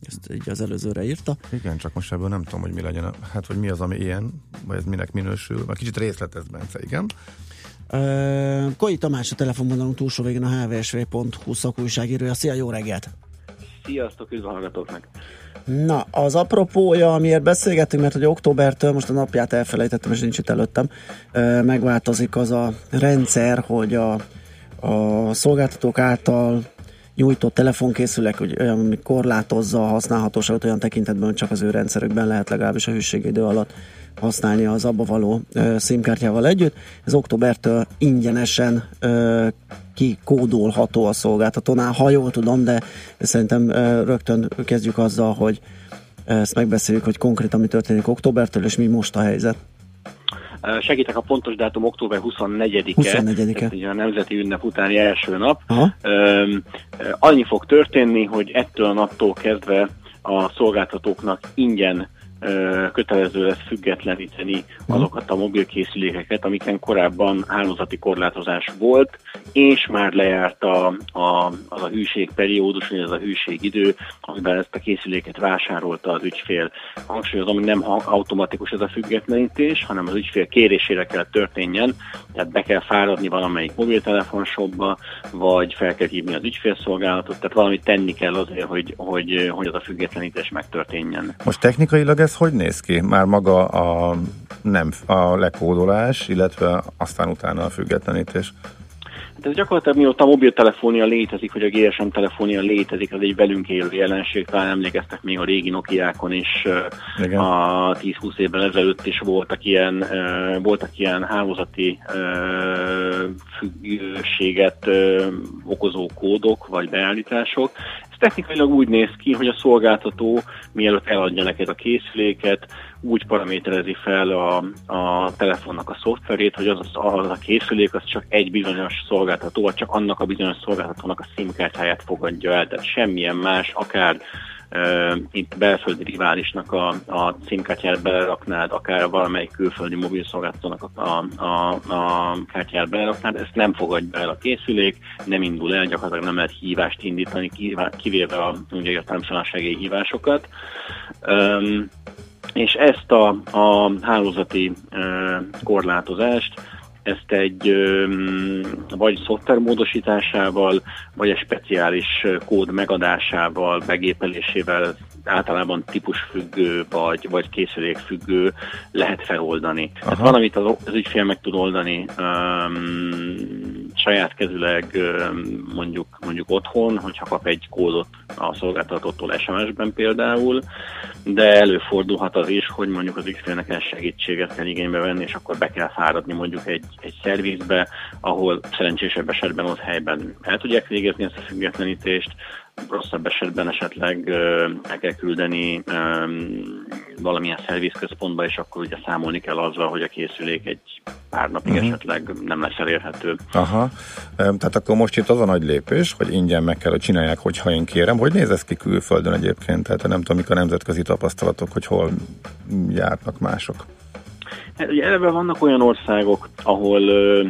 Ezt így az előzőre írta. Igen, csak most ebből nem tudom, hogy mi legyen. Hát, hogy mi az, ami ilyen, vagy ez minek minősül. Már kicsit részletez, Bence, igen. Koi Tamás a telefonvonalunk túlsó végén, a hvsv.hu szakújságírója. Szia, jó reggelt! Sziasztok, üdv a hallgatóknak! Na, az apropója, amiért beszélgettünk, mert hogy októbertől, most a napját elfelejtettem, és nincs itt előttem, megváltozik az a rendszer, hogy a szolgáltatók által nyújtott telefonkészülék, hogy olyan korlátozza a használhatóságot olyan tekintetben, hogy csak az ő rendszerükben lehet legalábbis a hűségidő alatt használni az abba való SIM-kártyával együtt. Ez októbertől ingyenesen kikódolható a szolgáltatónál, ha jól tudom, de szerintem rögtön kezdjük azzal, hogy ezt megbeszéljük, hogy konkrétan mi történik októbertől, és mi most a helyzet. Segítek, a pontos dátum október 24-e. Ez a nemzeti ünnep utáni első nap. Annyi fog történni, hogy ettől a naptól kezdve a szolgáltatóknak ingyen kötelező lesz függetleníteni azokat a mobilkészülékeket, amiken korábban hálózati korlátozás volt, és már lejárt az a hűségperiódus, vagy az a hűségidő, amiben ezt a készüléket vásárolta az ügyfél. Hangsúlyozom, hogy nem automatikus ez a függetlenítés, hanem az ügyfél kérésére kell történjen, tehát be kell fáradni valamelyik mobiltelefonshopba, vagy fel kell hívni az ügyfélszolgálatot, tehát valamit tenni kell azért, hogy az a függetlenítés megtörténjen. Most technikailag ez hogy néz ki? Már maga a lekódolás, illetve aztán utána a függetlenítés? Hát ez gyakorlatilag mióta a mobiltelefónia létezik, vagy a GSM telefonia létezik, az egy velünk élő jelenség. Talán emlékeztek még a régi Nokiákon is, igen. A 10-20 évvel ezelőtt is voltak ilyen hálózati függőséget okozó kódok, vagy beállítások. Ez technikailag úgy néz ki, hogy a szolgáltató mielőtt eladja neked a készüléket, úgy paraméterezi fel a telefonnak a szoftverét, hogy az a készülék az csak egy bizonyos szolgáltató, vagy csak annak a bizonyos szolgáltatónak a SIM-kártyáját fogadja el, tehát semmilyen más, akár itt belföldi riválisnak a SIM-kártyát beleraknád, akár valamelyik külföldi mobilszolgáltatónak a kártyát beleraknád, ezt nem fogadja el a készülék, nem indul el, gyakorlatilag nem lehet hívást indítani, kivéve a értelemszerűségi hívásokat. És ezt a hálózati korlátozást, ezt egy vagy szoftver módosításával, vagy egy speciális kód megadásával, begépelésével, általában típusfüggő vagy készülékfüggő lehet feloldani. Tehát van, amit az ügyfél meg tud oldani saját kezüleg mondjuk otthon, hogyha kap egy kódot a szolgáltatótól SMS-ben például, de előfordulhat az is, hogy mondjuk az ügyfélnek el segítséget kell igénybe venni, és akkor be kell fáradni mondjuk egy szervizbe, ahol szerencsésebb esetben ott helyben el tudják végezni ezt a függetlenítést, rosszabb esetben esetleg el kell küldeni valamilyen szervizközpontba, és akkor ugye számolni kell azzal, hogy a készülék egy pár napig esetleg nem lesz elérhető. Aha, tehát akkor most itt az a nagy lépés, hogy ingyen meg kell, hogy csinálják, hogyha én kérem. Hogy néz ez ki külföldön egyébként? Tehát nem tudom, mik a nemzetközi tapasztalatok, hogy hol járnak mások. Hát ugye eleve vannak olyan országok, ahol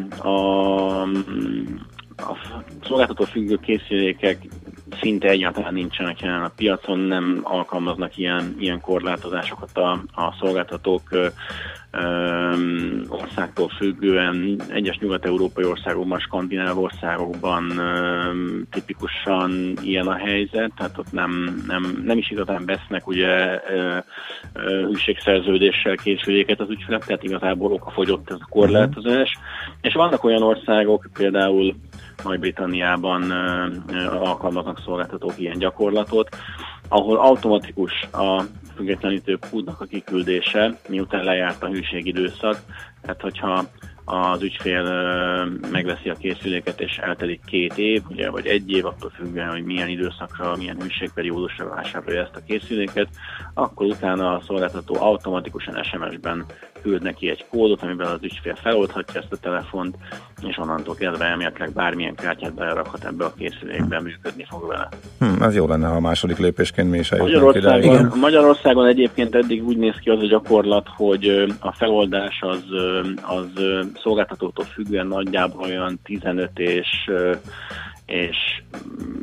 a szolgáltató függő készülékek szinte egyáltalán nincsenek jelen a piacon, nem alkalmaznak ilyen korlátozásokat a szolgáltatók országtól függően. Egyes nyugat-európai országokban, skandináv országokban tipikusan ilyen a helyzet, tehát ott nem is igazán vesznek ugye hűségszerződéssel készüléket az ügyfelek, tehát igazából okafogyott ez a korlátozás. És vannak olyan országok, például Nagy-Britanniában alkalmaznak szolgáltatók ilyen gyakorlatot, ahol automatikus a függetlenítő kódnak a kiküldése, miután lejárt a hűségidőszak. Tehát, hogyha az ügyfél megveszi a készüléket, és eltelik 2 év, ugye, vagy 1 év, attól függően, hogy milyen időszakra, milyen hűségperiódusra vásárolja ezt a készüléket, akkor utána a szolgáltató automatikusan SMS-ben küld neki egy kódot, amiben az ügyfél feloldhatja ezt a telefont, és onnantól kezdve elméletileg bármilyen kártyát belerakhat ebbe a készülékbe, működni fog vele. Ez jó lenne, ha a második lépésként mi is eljutnánk ide. Magyarországon egyébként eddig úgy néz ki az a gyakorlat, hogy a feloldás az szolgáltatótól függően nagyjából olyan 15 és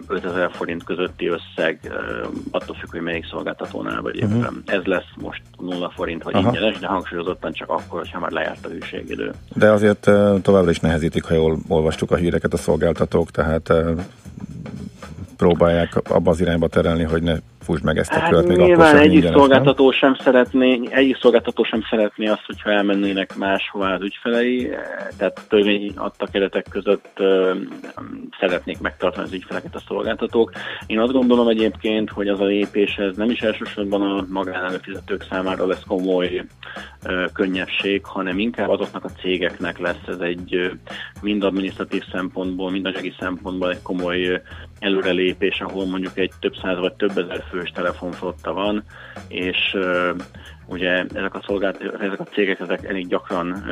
5000 forint közötti összeg, attól függ, hogy melyik szolgáltatónál vagy éppen. Ez lesz most 0 forint vagy ingyenes, de hangsúlyozottan csak akkor, hogyha már lejárt a hűségidő. De azért továbbra is nehezítik, ha jól olvastuk a híreket a szolgáltatók, tehát próbálják abba az irányba terelni, hogy ne fúsd meg ezt a kört, még akkor sem egyik szolgáltató sem szeretné azt, hogyha elmennének máshová az ügyfelei, tehát törvény adta keretek között szeretnék megtartani az ügyfeleket a szolgáltatók. Én azt gondolom egyébként, hogy az a lépés ez nem is elsősorban a magánelőfizetők számára lesz komoly könnyebbség, hanem inkább azoknak a cégeknek lesz ez egy mind adminisztratív szempontból, mind anyagi szempontból egy komoly előrelépés, ahol mondjuk egy több száz vagy több ezer fős telefonflotta van, és ugye ezek a cégek ezek elég gyakran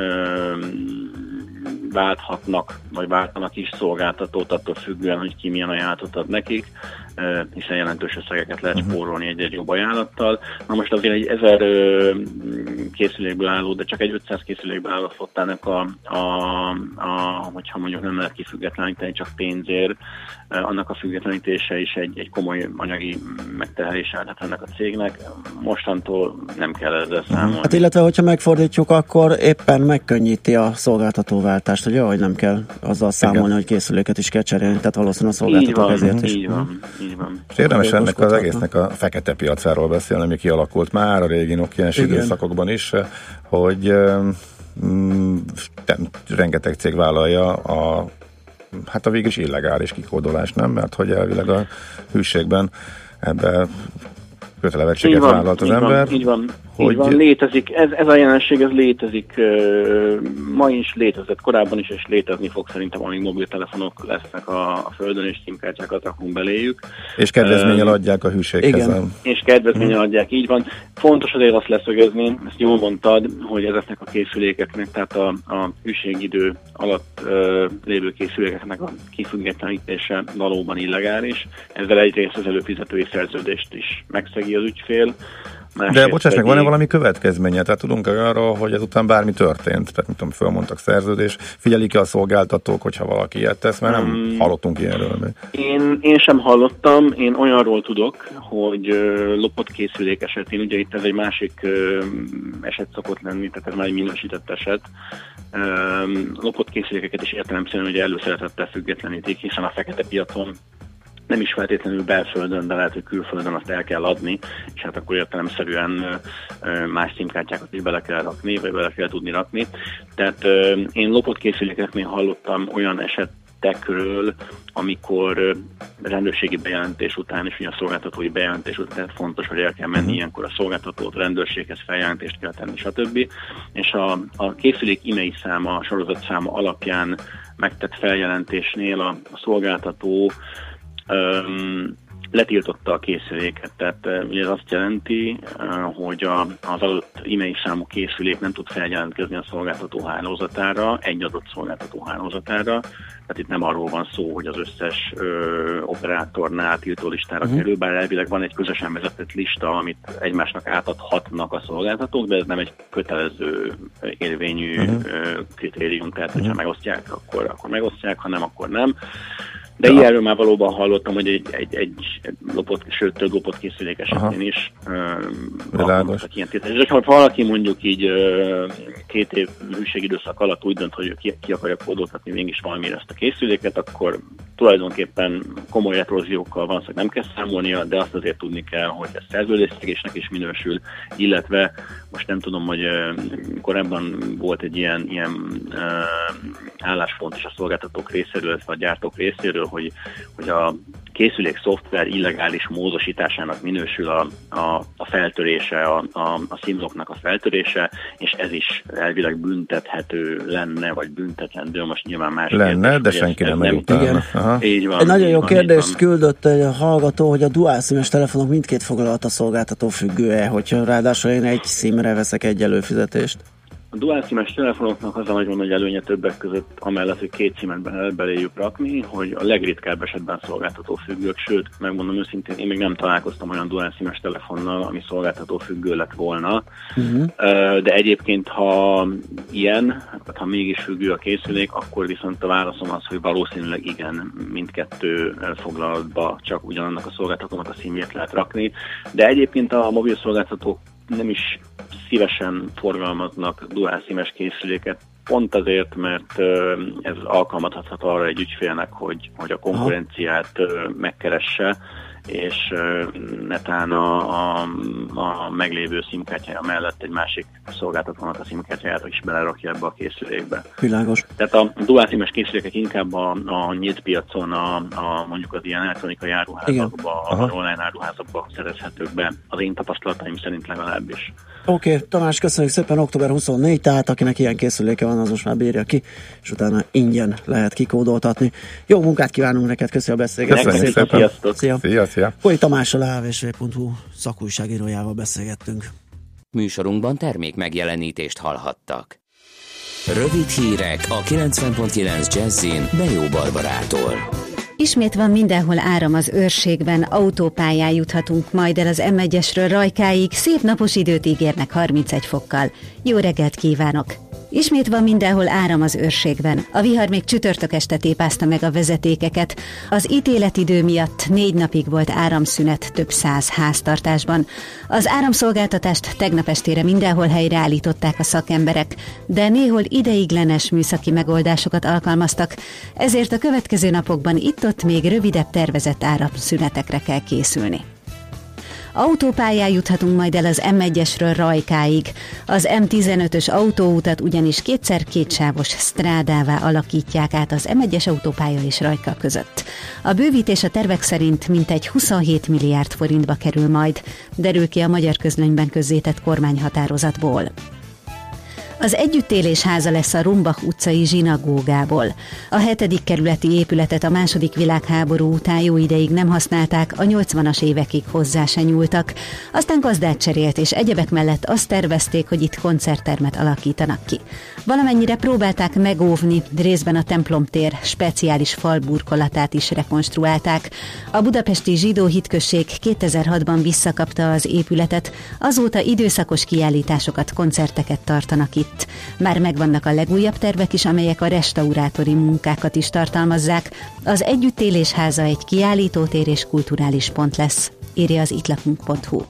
válthatnak, vagy váltanak is szolgáltatót attól függően, hogy ki milyen ajánlatot ad nekik, hiszen jelentős összegeket lehet spórolni egy jobb ajánlattal. Na most azért egy 1000 készülékből álló, de csak egy 500 készülékből álló flottának hogyha mondjuk nem lehet kifüggetleníteni csak pénzért, annak a függetlenítése is egy komoly anyagi megterhelése lehet ennek a cégnek. Mostantól nem kell ezzel számolni. Hát illetve, hogyha megfordítjuk, akkor éppen megkönnyíti a szolgáltatóváltást, hogy hogy nem kell azzal számolni, hogy készüléket is kell cserélni, tehát valószínűleg a szolgáltatók ezért is. Így van. És érdemes ennek az egésznek a fekete piacáról beszélni, ami kialakult már a régi Nokia-s időszakokban is, hogy rengeteg cég vállalja a végül is illegális kikódolás, nem? Mert hogy elvileg a hűségben ebbe kötelezettséget vállalt az ember. Így van, létezik. Ez a jelenség, ez létezik. Ma is létezett, korábban is, és létezni fog szerintem, amíg mobiltelefonok lesznek a földön, és SIM-kártyákat rakunk beléjük. És kedvezménnyel adják a hűséghez. Igen. És kedvezménnyel adják, így van. Fontos azért azt leszögezni, ezt jól mondtad, hogy ezeknek a készülékeknek, tehát a hűségidő alatt lévő készülékeknek a kifüggetlenítése valóban illegális. Ezzel egyrészt az előfizetői szerződést is megszegi az ügyfél. De bocsáss meg, van-e valami következménye? Tehát tudunk arról, hogy ezután bármi történt? Tehát, mint fölmondtak szerződés. Figyelik-e a szolgáltatók, hogyha valaki ilyet tesz? Mert nem hallottunk ilyenről még. Én sem hallottam. Én olyanról tudok, hogy lopott készülék esetén, ugye itt ez egy másik eset szokott lenni, tehát ez már egy minősített eset. Lopott készülékeket is értelemszerűen ugye előszeretettel függetlenítik, hiszen a fekete piacon nem is feltétlenül belföldön, de lehet, hogy külföldön azt el kell adni, és hát akkor értelemszerűen más SIM-kártyákat is bele kell rakni, vagy bele kell tudni rakni. Tehát én lopott készülékeknél hallottam olyan esetekről, amikor rendőrségi bejelentés után, és ugye a szolgáltatói bejelentés után, tehát fontos, hogy el kell menni ilyenkor a szolgáltatót, rendőrséghez feljelentést kell tenni, stb. És a készülék e-mail száma, a sorozatszáma alapján megtett feljelentésnél a szolgáltató letiltotta a készüléket, tehát ugye ez azt jelenti, hogy az adott e-mail számú készülék nem tud feljelentkezni a szolgáltató hálózatára, egy adott szolgáltató hálózatára, tehát itt nem arról van szó, hogy az összes operátornál tiltólistára kerül, bár elvileg van egy közösen vezetett lista, amit egymásnak átadhatnak a szolgáltatók, de ez nem egy kötelező érvényű kritérium, tehát hogyha megosztják, akkor megosztják, ha nem, akkor nem. De ilyenről már valóban hallottam, hogy egy lopott, sőt több lopott készülék esetén is alkalmaztak ilyen tételt. És ha valaki mondjuk így 2 év hűségidőszak alatt úgy dönt, hogy ki akarja kódoltatni mégis valamire ezt a készüléket, akkor tulajdonképpen komoly eróziókkal van, szóval nem kell számolnia, de azt azért tudni kell, hogy ez szerződésszegésnek is minősül, illetve most nem tudom, hogy korábban volt egy ilyen álláspont is a szolgáltatók részéről, illetve a gyártók részéről, hogy a készülék szoftver illegális módosításának minősül a feltörése, a SIM-oknak a feltörése, és ez is elvileg büntethető lenne, vagy büntetlendő, most nyilván más lenne, kérdés, de senki nem megy utána. Így van. Egy nagyon jó kérdést küldött egy hallgató, hogy a dual SIM-es telefonok mindkét foglalata szolgáltató függő-e, hogyha ráadásul én egy SIM-re veszek egy előfizetést? A dual SIM-es telefonoknak az a nagyon nagy előnye többek között, amellett, hogy 2 SIM-et lehet beléjük rakni, hogy a legritkább esetben szolgáltató függők, sőt, megmondom őszintén, én még nem találkoztam olyan dual SIM-es telefonnal, ami szolgáltató függő lett volna. De egyébként, ha ilyen, ha mégis függő a készülék, akkor viszont a válaszom az, hogy valószínűleg igen, mindkettő foglalatba csak ugyanannak a szolgáltatónak a SIM-jét lehet rakni. De egyébként a mobil szolgáltatók nem is szívesen forgalmaznak dual SIM-es készüléket, pont azért, mert ez alkalmazhathat arra egy ügyfélnek, hogy a konkurenciát megkeresse, és netán a meglévő SIM-kártyája mellett egy másik szolgáltatónak a SIM-kártyáját is belerakja ebbe a készülékbe. Világos. Tehát a dual SIM-es készülékek inkább a nyílt piacon, mondjuk az ilyen elektronikai áruházakban, a online áruházakban szerezhetők be, az én tapasztalataim szerint legalábbis. Oké, Tamás, köszönjük szépen, október 24, tehát akinek ilyen készüléke van, az most már bírja ki, és utána ingyen lehet kikódoltatni. Jó munkát kívánunk neked, köszi a beszélgetést. Köszönjük szépen. Szia. Poi Tamással, a hvsv.hu szakújságírójával beszélgettünk. Műsorunkban termék megjelenítést hallhattak. Rövid hírek a 90.9 Jazzin Bejó Barbarától. Ismét van mindenhol áram az Őrségben, autópályán juthatunk majd el az M1-esről Rajkáig, szép napos időt ígérnek 31 fokkal. Jó reggelt kívánok! Ismét van mindenhol áram az Őrségben. A vihar még csütörtök este tépázta meg a vezetékeket. Az ítéletidő miatt 4 napig volt áramszünet több 100 háztartásban. Az áramszolgáltatást tegnap estére mindenhol helyreállították a szakemberek, de néhol ideiglenes műszaki megoldásokat alkalmaztak, ezért a következő napokban itt-ott még rövidebb tervezett áramszünetekre kell készülni. Autópályán juthatunk majd el az M1-esről Rajkáig. Az M15-ös autóutat ugyanis 2x2 sávos strádává alakítják át az M1-es autópálya és Rajka között. A bővítés a tervek szerint mintegy 27 milliárd forintba kerül majd, derül ki a Magyar Közlönyben közzétett kormányhatározatból. Az együttélés háza lesz a Rumbach utcai zsinagógából. A 7. kerületi épületet a II. Világháború után jó ideig nem használták, a 80-as évekig hozzá se nyúltak. Aztán gazdát cserélt, és egyebek mellett azt tervezték, hogy itt koncerttermet alakítanak ki. Valamennyire próbálták megóvni, részben a templomtér speciális falburkolatát is rekonstruálták. A budapesti zsidó hitközség 2006-ban visszakapta az épületet, azóta időszakos kiállításokat, koncerteket tartanak itt. Már megvannak a legújabb tervek is, amelyek a restaurátori munkákat is tartalmazzák. Az együttélés háza egy kiállítótér és kulturális pont lesz, írja az ittlakunk.hu.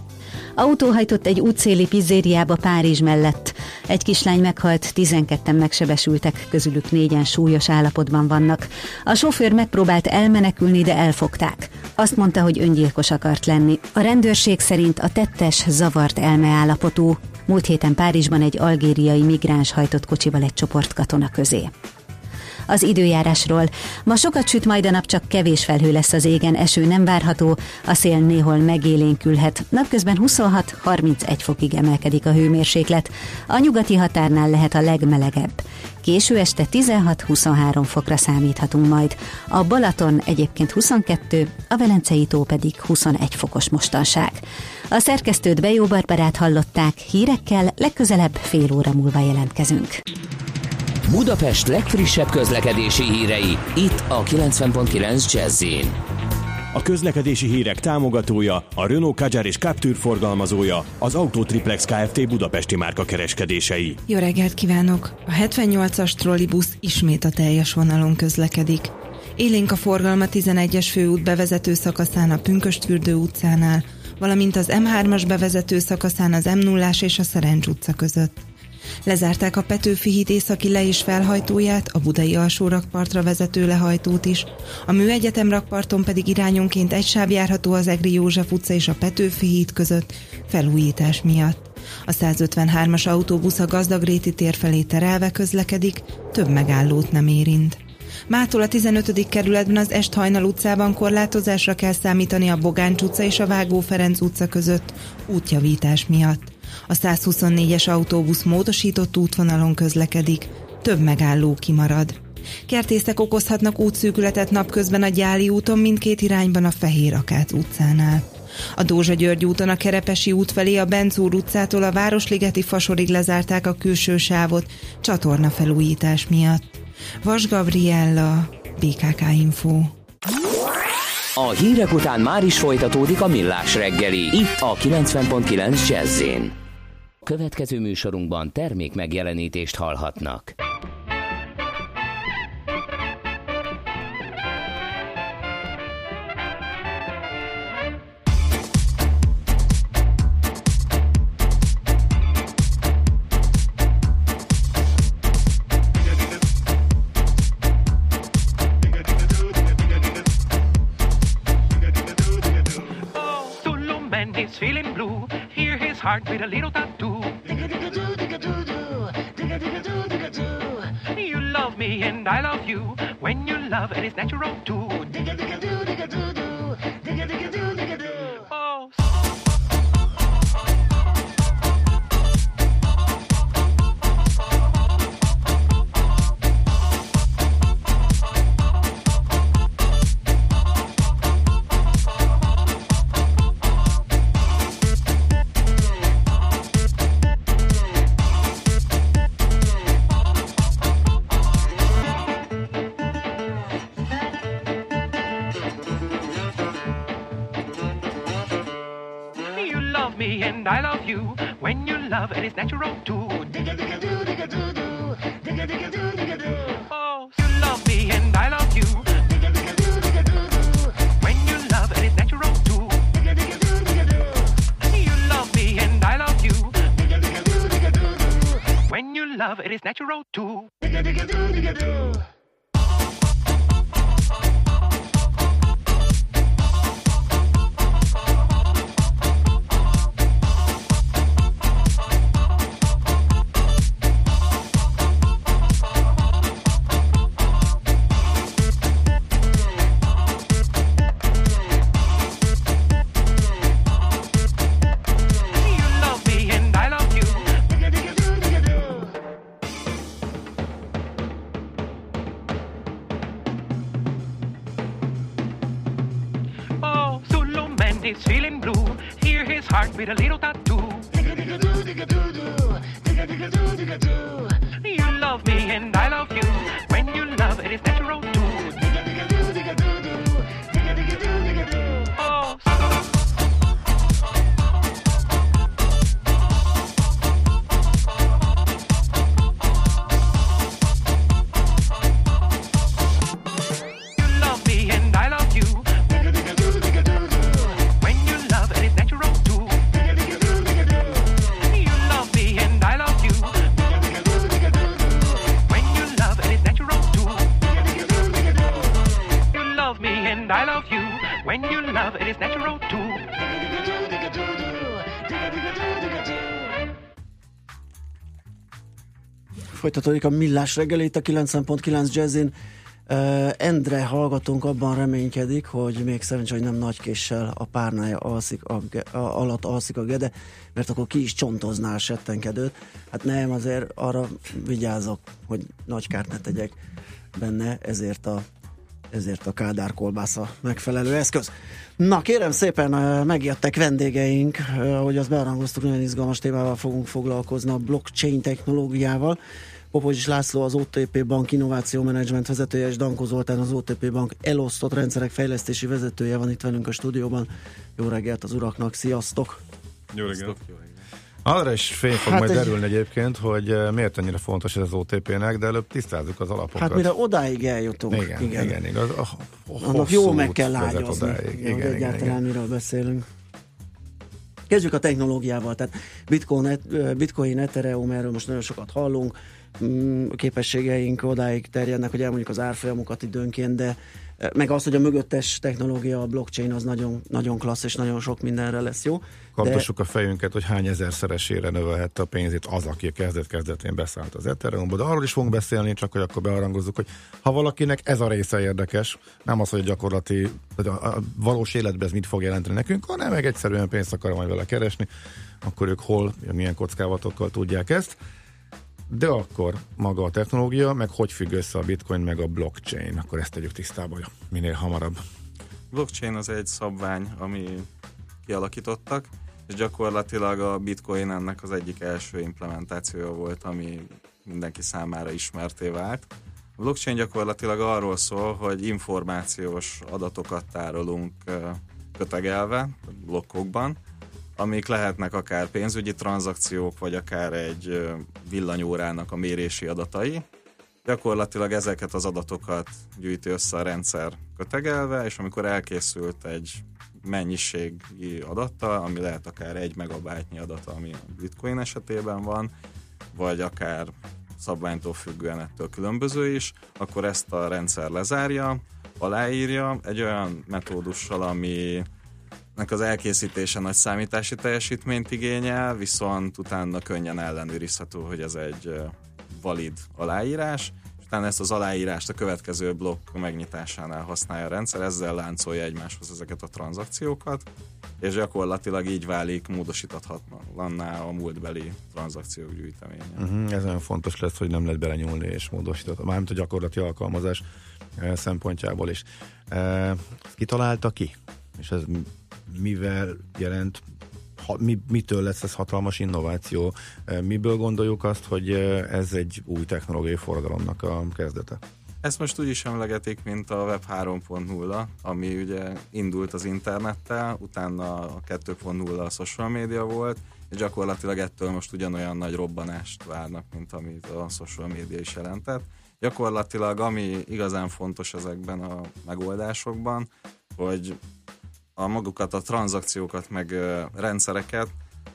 Autó hajtott egy útszéli pizzériába Párizs mellett. Egy kislány meghalt, 12-en megsebesültek, közülük 4-en súlyos állapotban vannak. A sofőr megpróbált elmenekülni, de elfogták. Azt mondta, hogy öngyilkos akart lenni. A rendőrség szerint a tettes zavart elmeállapotú. Múlt héten Párizsban egy algériai migráns hajtott kocsival egy csoport katona közé. Az időjárásról. Ma sokat süt majd a nap, csak kevés felhő lesz az égen, eső nem várható, a szél néhol megélénkülhet. Napközben 26-31 fokig emelkedik a hőmérséklet. A nyugati határnál lehet a legmelegebb. Késő este 16-23 fokra számíthatunk majd. A Balaton egyébként 22, a Velencei tó pedig 21 fokos mostanság. A szerkesztőt Bejó Barbarát hallották, hírekkel legközelebb fél óra múlva jelentkezünk. Budapest legfrissebb közlekedési hírei, itt a 90.9 Jazz-in. A közlekedési hírek támogatója, a Renault Kadjar és Captur forgalmazója, az Autotriplex Kft. Budapesti márka kereskedései. Jó reggelt kívánok! A 78-as trollibusz ismét a teljes vonalon közlekedik. Élénk a forgalma 11-es főút bevezető szakaszán a Pünkösdfürdő utcánál, valamint az M3-as bevezető szakaszán az M0-ás és a Szerencs utca között. Lezárták a Petőfi híd északi le- és felhajtóját, a budai alsórakpartra vezető lehajtót is, a Műegyetem rakparton pedig irányonként egy sáv járható az Egri József utca és a Petőfi híd között felújítás miatt. A 153-as autóbusz a Gazdagréti tér felé terelve közlekedik, több megállót nem érint. Mától a 15. kerületben az Est-Hajnal utcában korlátozásra kell számítani a Bogáncs utca és a Vágó Ferenc utca között útjavítás miatt. A 124-es autóbusz módosított útvonalon közlekedik, több megálló kimarad. Kertészek okozhatnak útszűkületet napközben a Gyáli úton mindkét irányban a Fehér Akác utcánál. A Dózsa-György úton a Kerepesi út felé a Bencúr utcától a Városligeti Fasorig lezárták a külső sávot csatornafelújítás miatt. Vas Gabriella, BKK Info. A hírek után már is folytatódik a Millás reggeli, itt a 90.9 Jazz-én. Következő műsorunkban termék megjelenítést hallhatnak. He's feeling blue. Hear his heart with a little tattoo. Digga-digga-doo, digga-doo-doo. Digga-digga-doo, digga-doo. You love me and I love you. When you love it is natural too. Digga-digga-doo, digga-doo-doo. Digga-digga-doo, digga-doo. Oh. And I love you. When you love it is natural too. Digga-digga-doo, digga-doo-doo. Digga-digga-doo, digga-doo. Oh, you love me and I love you. Digga-digga-doo, digga-doo-doo. When you love it is natural too. Digga-digga-doo, digga-doo. You love me and I love you. Digga-digga-doo, digga-doo-doo. When you love it is natural too. Digga-digga-doo, digga-doo. He's feeling blue. Hear his heart with a little tattoo. Digga-digga-doo, digga-doo-doo. Digga-digga-doo, digga-doo. You love me and I love you. When you love it is natural too. Digga-digga-doo, digga-doo-doo. Digga-digga-doo, digga-doo. Oh. I love you. When you love it is natural too. Folytatódik a Millás reggel itt a 90.9 Jazzin. Endre hallgatónk abban reménykedik, hogy még szerencsé, hogy nem nagy késsel a párnája alatt alszik a Gede, mert akkor ki is csontozná a settenkedőt. Hát nem, azért arra vigyázok, hogy nagy kárt ne tegyek benne, ezért a Kádár kolbásza megfelelő eszköz. Na kérem szépen, megjöttek vendégeink, ahogy azt bearangoztuk, nagyon izgalmas témával fogunk foglalkozni, a blockchain technológiával. Popovics László, az OTP Bank Innováció Management vezetője, és Dankó Zoltán, az OTP Bank elosztott rendszerek fejlesztési vezetője van itt velünk a stúdióban. Jó reggelt az uraknak, sziasztok! Jó reggelt! Arra is fény fog majd derülni egyébként, hogy miért ennyire fontos ez az OTP-nek, de előbb tisztázzuk az alapokat. Hát mire odáig eljutunk. Igen, igaz. Annak jól meg kell lágyozni, hogy egyáltalán miről beszélünk. Kezdjük a technológiával, tehát Bitcoin, Ethereum, erről most nagyon sokat hallunk, képességeink odáig terjednek, hogy elmondjuk az árfolyamokat időnként, de meg az, hogy a mögöttes technológia, a blockchain az nagyon, nagyon klassz, és nagyon sok mindenre lesz jó. Kaptassuk a fejünket, hogy hány ezerszeresére növelhette a pénzét az, aki kezdetén beszállt az Ethereumba, de arról is fogunk beszélni, csak hogy akkor bearangozzuk, hogy ha valakinek ez a része érdekes, nem az, hogy gyakorlati, a valós életben ez mit fog jelenteni nekünk, hanem meg egyszerűen pénzt akar majd vele keresni, akkor ők hol, milyen kockázatokkal tudják ezt. De akkor maga a technológia, meg hogy függ össze a Bitcoin, meg a blockchain, akkor ezt tegyük tisztába minél hamarabb. Blockchain az egy szabvány, ami kialakítottak, és gyakorlatilag a Bitcoin ennek az egyik első implementációja volt, ami mindenki számára ismerté vált. A blockchain gyakorlatilag arról szól, hogy információs adatokat tárolunk kötegelve, blokkokban, amik lehetnek akár pénzügyi tranzakciók, vagy akár egy villanyórának a mérési adatai. Gyakorlatilag ezeket az adatokat gyűjti össze a rendszer kötegelve, és amikor elkészült egy mennyiségi adattal, ami lehet akár 1 megabájtnyi adata, ami a Bitcoin esetében van, vagy akár szabványtól függően ettől különböző is, akkor ezt a rendszer lezárja, aláírja egy olyan metódussal, aminek az elkészítése nagy számítási teljesítményt igényel, viszont utána könnyen ellenőrizhető, hogy ez egy valid aláírás, és utána ezt az aláírást a következő blokk megnyitásánál használja a rendszer, ezzel láncolja egymáshoz ezeket a tranzakciókat, és gyakorlatilag így válik módosíthatatlanná a múltbeli tranzakciók gyűjteménye. Ez nagyon fontos lesz, hogy nem lehet belenyúlni és módosítani, mármint a gyakorlati alkalmazás szempontjából is. Kitalálta ki? És ez mivel jelent, mitől lesz ez hatalmas innováció? Miből gondoljuk azt, hogy ez egy új technológiai forradalomnak a kezdete? Ezt most úgy is emlegetik, mint a Web 3.0, ami ugye indult az internettel, utána a 2.0 a social media volt, és gyakorlatilag ettől most ugyanolyan nagy robbanást várnak, mint amit a social media is jelentett. Gyakorlatilag ami igazán fontos ezekben a megoldásokban, hogy magukat a tranzakciókat meg rendszereket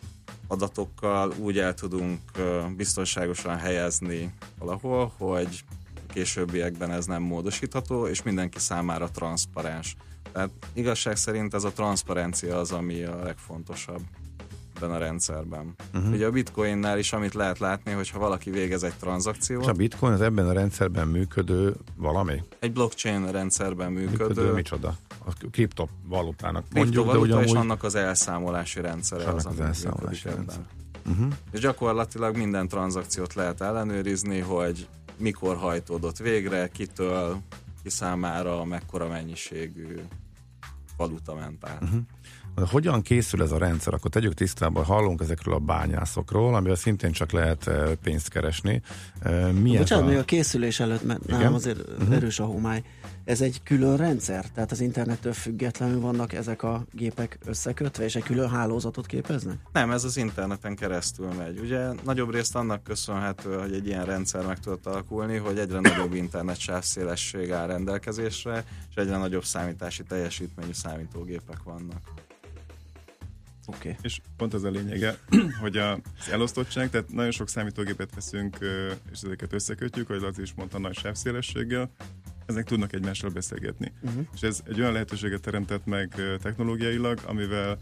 adatokkal úgy el tudunk biztonságosan helyezni valahol, hogy későbbiekben ez nem módosítható, és mindenki számára transzparens. Tehát igazság szerint ez a transzparencia az, ami a legfontosabb ebben a rendszerben. Ugye a Bitcoinnál is, amit lehet látni, hogyha valaki végez egy tranzakciót. És a Bitcoin az ebben a rendszerben működő valami? Egy blockchain rendszerben működő. Micsoda? A kriptovalutának mondjuk, de ugyanúgy... és annak az elszámolási rendszere az, az elszámolási rendszer. És gyakorlatilag minden tranzakciót lehet ellenőrizni, hogy mikor hajtódott végre, kitől, ki számára, mekkora mennyiségű valuta ment át. Hogyan készül ez a rendszer? Akkor tegyük tisztában, hallunk ezekről a bányászokról, amivel szintén csak lehet pénzt keresni. Bocsánat, még a készülés előtt, mert nálam azért erős a homály. Ez egy külön rendszer? Tehát az internettől függetlenül vannak ezek a gépek összekötve, és egy külön hálózatot képeznek? Nem, ez az interneten keresztül megy. Ugye nagyobb részt annak köszönhető, hogy egy ilyen rendszer meg tudott alakulni, hogy egyre nagyobb internet sávszélesség áll rendelkezésre, és egyre nagyobb számítási teljesítményű számítógépek vannak. Okay. És pont az a lényege, hogy az elosztottság, tehát nagyon sok számítógépet veszünk, és ezeket összekötjük, ahogy Laci is mondta, nagy sávszélességgel, ezek tudnak egymással beszélgetni. És ez egy olyan lehetőséget teremtett meg technológiailag, amivel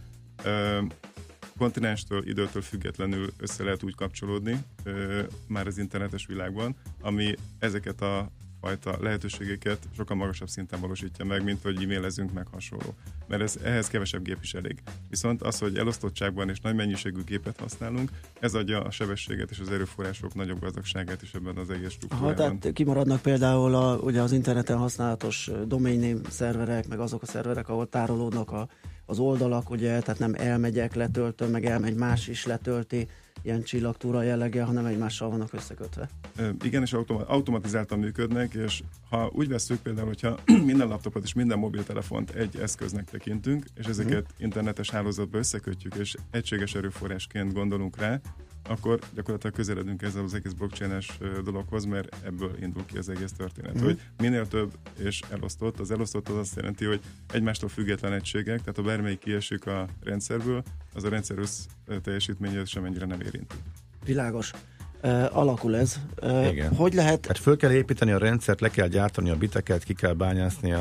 kontinenstől, időtől függetlenül össze lehet úgy kapcsolódni már az internetes világban, ami ezeket a fajta lehetőségeket sokkal magasabb szinten valósítja meg, mint hogy e-mailezünk meg hasonló. Mert ehhez kevesebb gép is elég. Viszont az, hogy elosztottságban és nagy mennyiségű gépet használunk, ez adja a sebességet és az erőforrások nagyobb gazdagságát is ebben az egész struktúrában. Tehát kimaradnak például ugye az interneten használatos domain name szerverek, meg azok a szerverek, ahol tárolódnak az oldalak, ugye, tehát nem elmegyek, letöltöm, meg elmegy más is letölti, ilyen csillagtúra jelleggel, hanem egymással vannak összekötve. Igen, és automatizáltan működnek, és ha úgy vesszük például, hogyha minden laptopot és minden mobiltelefont egy eszköznek tekintünk, és ezeket internetes hálózatba összekötjük, és egységes erőforrásként gondolunk rá, akkor gyakorlatilag közeledünk ezzel az egész blockchain-es dologhoz, mert ebből indul ki az egész történet. Hogy minél több és elosztott, az elosztott az azt jelenti, hogy egymástól független egységek, tehát ha bármelyik kiesik a rendszerből, az a rendszer teljesítményét semennyire nem érinti. Világos. Alakul ez. Igen. Hogy lehet? Hát föl kell építeni a rendszert, le kell gyártani a biteket, ki kell bányászni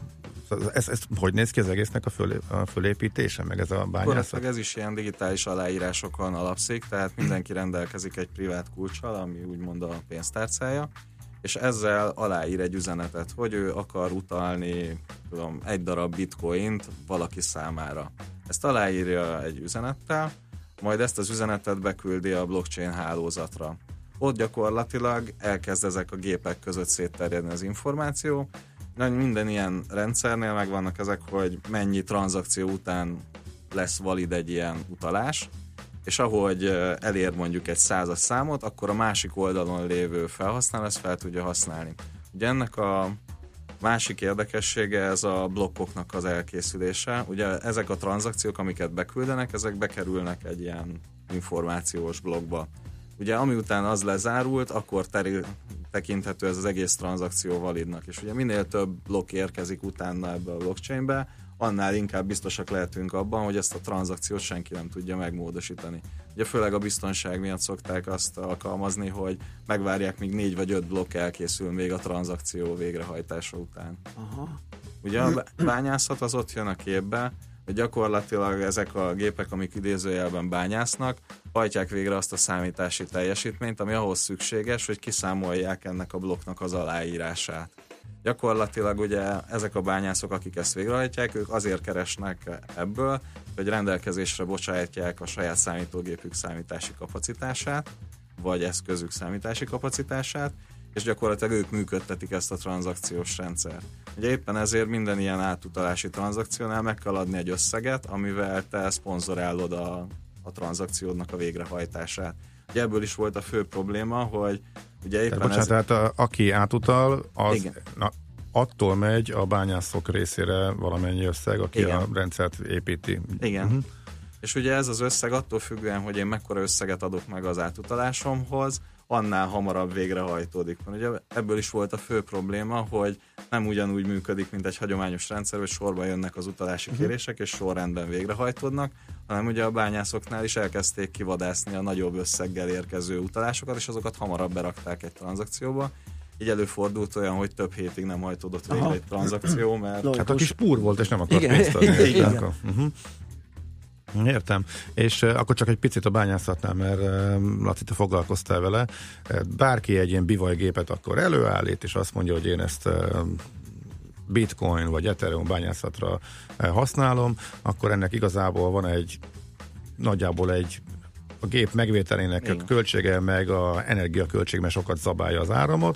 ez hogy néz ki az egésznek a fölépítése, meg ez a bányászat? Ez is ilyen digitális aláírásokon alapszik, tehát mindenki rendelkezik egy privát kulccsal, ami úgymond a pénztárcája, és ezzel aláír egy üzenetet, hogy ő akar utalni, egy darab bitcoint valaki számára. Ezt aláírja egy üzenettel, majd ezt az üzenetet beküldi a blockchain hálózatra. Ott gyakorlatilag elkezd ezek a gépek között szétterjedni az információ. Minden ilyen rendszernél megvannak ezek, hogy mennyi tranzakció után lesz valid egy ilyen utalás, és ahogy elér mondjuk egy 100-as számot, akkor a másik oldalon lévő felhasználó ezt fel tudja használni. Ugye ennek a másik érdekessége ez a blokkoknak az elkészülése. Ugye ezek a tranzakciók, amiket beküldenek, ezek bekerülnek egy ilyen információs blokkba. Ugye ami után az lezárult, akkor tekinthető ez az egész tranzakció validnak. És ugye minél több blokk érkezik utána ebbe a blockchainbe, annál inkább biztosak lehetünk abban, hogy ezt a tranzakciót senki nem tudja megmódosítani. Ugye főleg a biztonság miatt szokták azt alkalmazni, hogy megvárják, míg 4 vagy 5 blokk elkészül még a tranzakció végrehajtása után. Aha. Ugye a bányászat az ott jön a képbe, hogy gyakorlatilag ezek a gépek, amik idézőjelben bányásznak, hajtják végre azt a számítási teljesítményt, ami ahhoz szükséges, hogy kiszámolják ennek a blokknak az aláírását. Gyakorlatilag ugye ezek a bányászok, akik ezt végrehajtják, ők azért keresnek ebből, hogy rendelkezésre bocsátják a saját számítógépük számítási kapacitását, vagy eszközük számítási kapacitását, és gyakorlatilag ők működtetik ezt a tranzakciós rendszert. Ugye éppen ezért minden ilyen átutalási tranzakciónál meg kell adni egy összeget, amivel te szponzorálod a tranzakciódnak a végrehajtását. Ugye ebből is volt a fő probléma, hogy ugye éppen tehát aki átutal, az attól megy a bányászok részére valamennyi összeg, aki a rendszert építi. Igen. És ugye ez az összeg attól függően, hogy én mekkora összeget adok meg az átutalásomhoz, annál hamarabb végrehajtódik. Ugye ebből is volt a fő probléma, hogy nem ugyanúgy működik, mint egy hagyományos rendszer, hogy sorba jönnek az utalási kérések, és sorrendben végrehajtódnak, hanem ugye a bányászoknál is elkezdték kivadászni a nagyobb összeggel érkező utalásokat, és azokat hamarabb berakták egy tranzakcióba. Így előfordult olyan, hogy több hétig nem hajtódott végre egy tranzakció, mert... Hát a kis púr volt, és nem akart pénzt adni. Igen. Értem. És akkor csak egy picit a bányászatnál, mert Laci, te foglalkoztál vele. Bárki egy ilyen bivajgépet akkor előállít, és azt mondja, hogy én ezt Bitcoin vagy Ethereum bányászatra használom, akkor ennek igazából van nagyjából a gép megvételének költsége, meg a energiaköltség, mert sokat zabálja az áramot,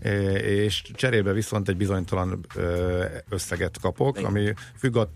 és cserébe viszont egy bizonytalan összeget kapok, ami függ a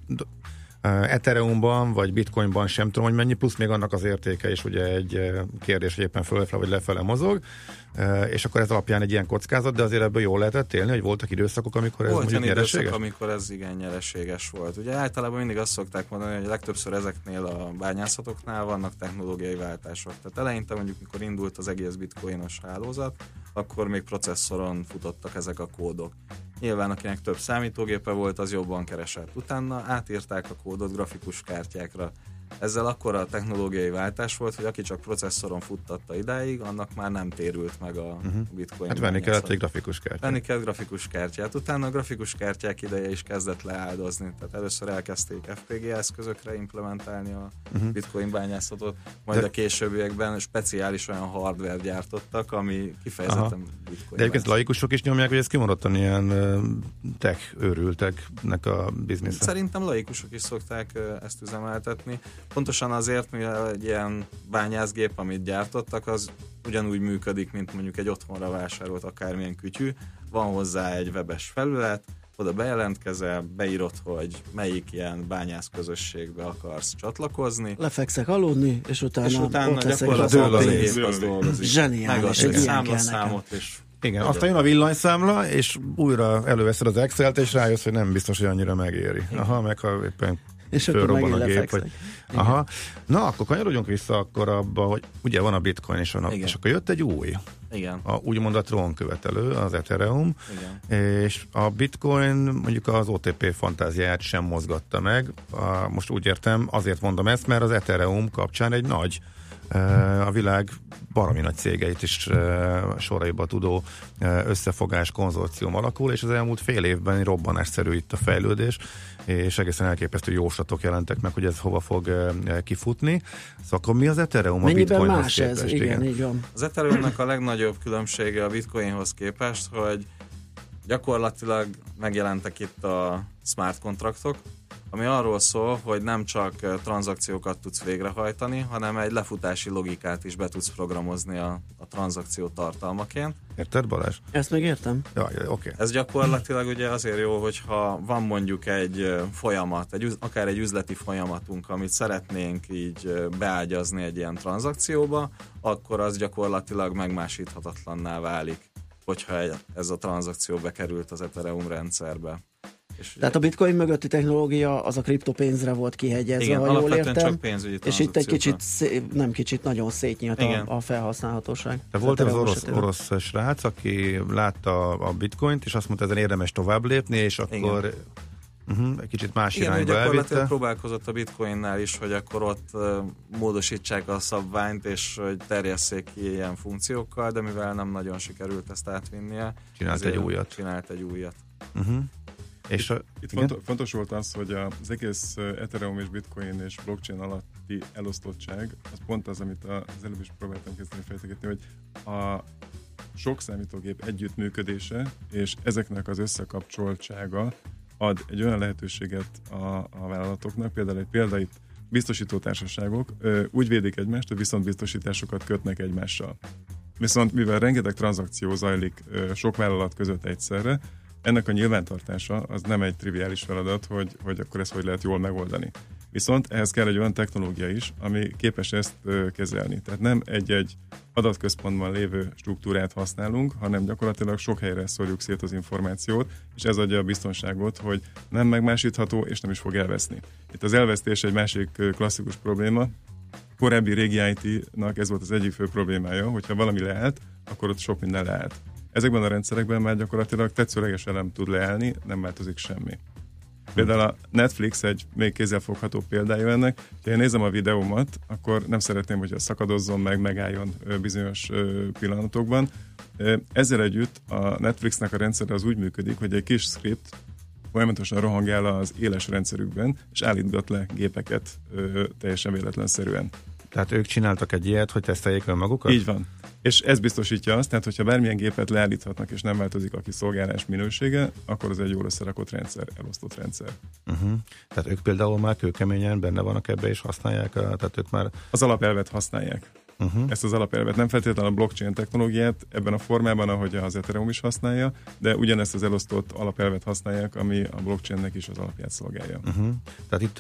Ethereumban vagy Bitcoinban sem tudom, hogy mennyi, plusz még annak az értéke is ugye egy kérdés, hogy éppen fölfele vagy lefele mozog, és akkor ez alapján egy ilyen kockázat, de azért ebből jól lehetett élni, hogy voltak időszakok, amikor ez mondjuk nyereséges? Volt amikor ez igen nyereséges volt. Ugye általában mindig azt szokták mondani, hogy legtöbbször ezeknél a bányászatoknál vannak technológiai váltások. Tehát eleinte mondjuk, mikor indult az egész bitcoinos hálózat, akkor még processzoron futottak ezek a kódok. Nyilván akinek több számítógépe volt, az jobban keresett. Utána átírták a kódot grafikus kártyákra. Ezzel akkora a technológiai váltás volt, hogy aki csak processzoron futtatta idáig, annak már nem térült meg a bitcoin. Hát venni kellett egy grafikus kártyát. Venni kellett grafikus kártyát. Utána a grafikus kártyák ideje is kezdett leáldozni. Tehát először elkezdték FPGA eszközökre implementálni a bitcoin bányászatot, majd a későbbiekben speciális olyan hardware gyártottak, ami kifejezetten bitcoin. De egyébként laikusok is nyomják, hogy ez kimondottan ilyen tech őrülteknek a biznisz. Szerintem laikusok is szokták ezt üzemeltetni. Pontosan azért, mivel egy ilyen bányászgép, amit gyártottak, az ugyanúgy működik, mint mondjuk egy otthonra vásárolt akármilyen kütyű. Van hozzá egy webes felület, oda bejelentkezel, beírod, hogy melyik ilyen bányász közösségbe akarsz csatlakozni. Lefekszek aludni, és utána gyakorlatilag a gép az dolgozik. Zseniális. Megadsz egy számlaszámot, és igen, aztán jön a villanyszámla, és újra előveszed az Excel-t, és rájössz, hogy nem biztos, hogy annyira megéri. Aha, meg ha éppen fölrobban a gép. Vagy... Aha. Na, akkor kanyarodjunk vissza akkor abba, hogy ugye van a Bitcoin és akkor jött egy új. Igen. Úgymond a trónkövetelő, az Ethereum. Igen. És a Bitcoin mondjuk az OTP fantáziáját sem mozgatta meg. Most úgy értem, azért mondom ezt, mert az Ethereum kapcsán egy nagy a világ baromi nagy cégeit is soraiba tudó összefogás, konzorcium alakul, és az elmúlt fél évben robbanásszerű itt a fejlődés, és egészen elképesztő jóslatok jelentek meg, hogy ez hova fog kifutni. Szóval akkor mi az Ethereum a Bitcoinhoz más képest? Ez? Igen, így van. Az Ethereumnak a legnagyobb különbsége a Bitcoinhoz képest, hogy gyakorlatilag megjelentek itt a smart kontraktok, ami arról szól, hogy nem csak tranzakciókat tudsz végrehajtani, hanem egy lefutási logikát is be tudsz programozni a tranzakció tartalmaként. Érted, Balázs? Ezt meg értem. Ja, oké. Ez gyakorlatilag ugye azért jó, hogyha van mondjuk egy folyamat, akár egy üzleti folyamatunk, amit szeretnénk így beágyazni egy ilyen tranzakcióba, akkor az gyakorlatilag megmásíthatatlanná válik, hogyha ez a tranzakció bekerült az Ethereum rendszerbe. Tehát a bitcoin mögötti technológia az a kriptopénzre volt kihegyezve, igen, ha jól értem. Csak pénzügyi és itt egy kicsit, nem kicsit, nagyon szétnyílt a felhasználhatóság. De volt az orosz srác, aki látta a bitcoint, és azt mondta, ezen érdemes tovább lépni, és akkor egy kicsit más irányba elvitte. Gyakorlatilag próbálkozott a bitcoinnál is, hogy akkor ott módosítsák a szabványt, és hogy terjesszék ki ilyen funkciókkal, de mivel nem nagyon sikerült ezt átvinnie, csinált egy újat. És itt fontos volt az, hogy az egész Ethereum és Bitcoin és blockchain alatti elosztottság, az pont az, amit az előbb is próbáltam kezdeni fejtegetni, hogy a sok számítógép együttműködése és ezeknek az összekapcsoltsága ad egy olyan lehetőséget a vállalatoknak, például egy példa itt biztosítótársaságok úgy védik egymást, hogy viszont biztosításokat kötnek egymással. Viszont mivel rengeteg tranzakció zajlik sok vállalat között egyszerre, ennek a nyilvántartása az nem egy triviális feladat, hogy akkor ezt hogy lehet jól megoldani. Viszont ehhez kell egy olyan technológia is, ami képes ezt kezelni. Tehát nem egy adatközpontban lévő struktúrát használunk, hanem gyakorlatilag sok helyre szórjuk szét az információt, és ez adja a biztonságot, hogy nem megmásítható, és nem is fog elveszni. Itt az elvesztés egy másik klasszikus probléma. Korábbi régi IT-nak ez volt az egyik fő problémája, hogyha valami leállt, akkor ott sok minden leállt. Ezekben a rendszerekben már gyakorlatilag tetszőleges elem tud leállni, nem változik semmi. Például a Netflix egy még kézzelfogható példája ennek. Ha én nézem a videómat, akkor nem szeretném, hogy szakadozzon megálljon bizonyos pillanatokban. Ezzel együtt a Netflixnek a rendszere az úgy működik, hogy egy kis script folyamatosan rohangál az éles rendszerükben, és állítgat le gépeket teljesen véletlenszerűen. Tehát ők csináltak egy ilyet, hogy teszteljék önmagukat? Így van. És ez biztosítja azt, tehát hogyha bármilyen gépet leállíthatnak, és nem változik a kiszolgálás minősége, akkor az egy jól összerakott rendszer, elosztott rendszer. Tehát ők például már kőkeményen benne vannak ebbe, és használják, tehát ők már... Az alapelvet használják. Ezt az alapelvet, nem feltétlenül a blockchain technológiát ebben a formában, ahogy az Ethereum is használja, de ugyanezt az elosztott alapelvet használják, ami a blockchainnek is az alapját szolgálja. Tehát itt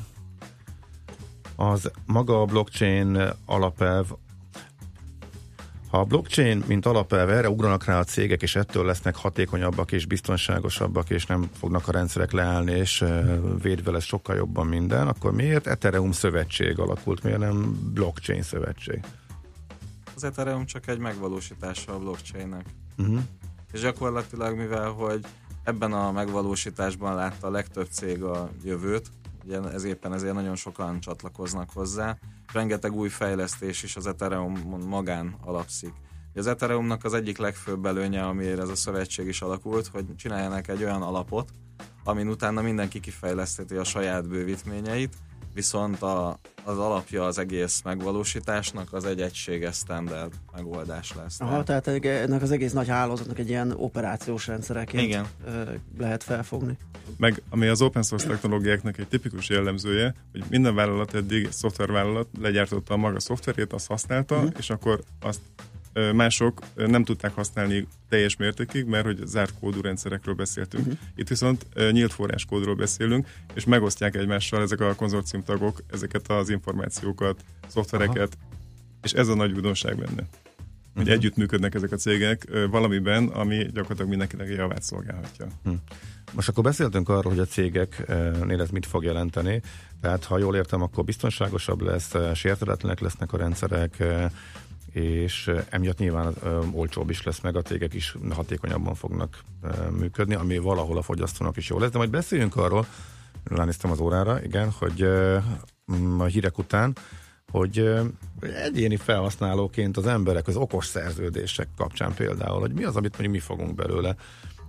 az maga a blockchain alapelv, ha a blockchain, mint alapelv, erre ugranak rá a cégek, és ettől lesznek hatékonyabbak és biztonságosabbak, és nem fognak a rendszerek leállni, és védve lesz sokkal jobban minden, akkor miért Ethereum szövetség alakult, miért nem blockchain szövetség? Az Ethereum csak egy megvalósítása a blockchainnek. És gyakorlatilag, mivel hogy ebben a megvalósításban látta a legtöbb cég a jövőt, ugye ezért nagyon sokan csatlakoznak hozzá, rengeteg új fejlesztés is az Ethereum magán alapszik. Az Ethereumnak az egyik legfőbb előnye, amire ez a szövetség is alakult, hogy csináljanak egy olyan alapot, amin utána mindenki kifejleszteti a saját bővítményeit, viszont az alapja az egész megvalósításnak az egy egységes standard megoldás lesz. Aha, tehát ennek az egész nagy hálózatnak egy ilyen operációs rendszereként lehet felfogni. Meg ami az open source technológiáknak egy tipikus jellemzője, hogy minden vállalat eddig, szoftvervállalat legyártotta a maga szoftverét, azt használta, és akkor azt mások nem tudták használni teljes mértékig, mert hogy zárt kódú rendszerekről beszéltünk. Itt viszont nyílt forráskódról beszélünk, és megosztják egymással ezek a konzorciumtagok ezeket az információkat, szoftvereket, és ez a nagy újdonság benne. Hogy együttműködnek ezek a cégek valamiben, ami gyakorlatilag mindenkinek javát szolgálhatja. Most akkor beszéltünk arról, hogy a cégeknél ez mit fog jelenteni. Tehát, ha jól értem, akkor biztonságosabb lesz, sértetetlenek lesznek a rendszerek, és emiatt nyilván olcsóbb is lesz, meg a cégek is hatékonyabban fognak működni, ami valahol a fogyasztónak is jó lesz. De majd beszéljünk arról, ránéztem az órára, igen, hogy a hírek után, hogy egyéni felhasználóként az emberek az okos szerződések kapcsán például, hogy mi az, amit mondjuk mi fogunk belőle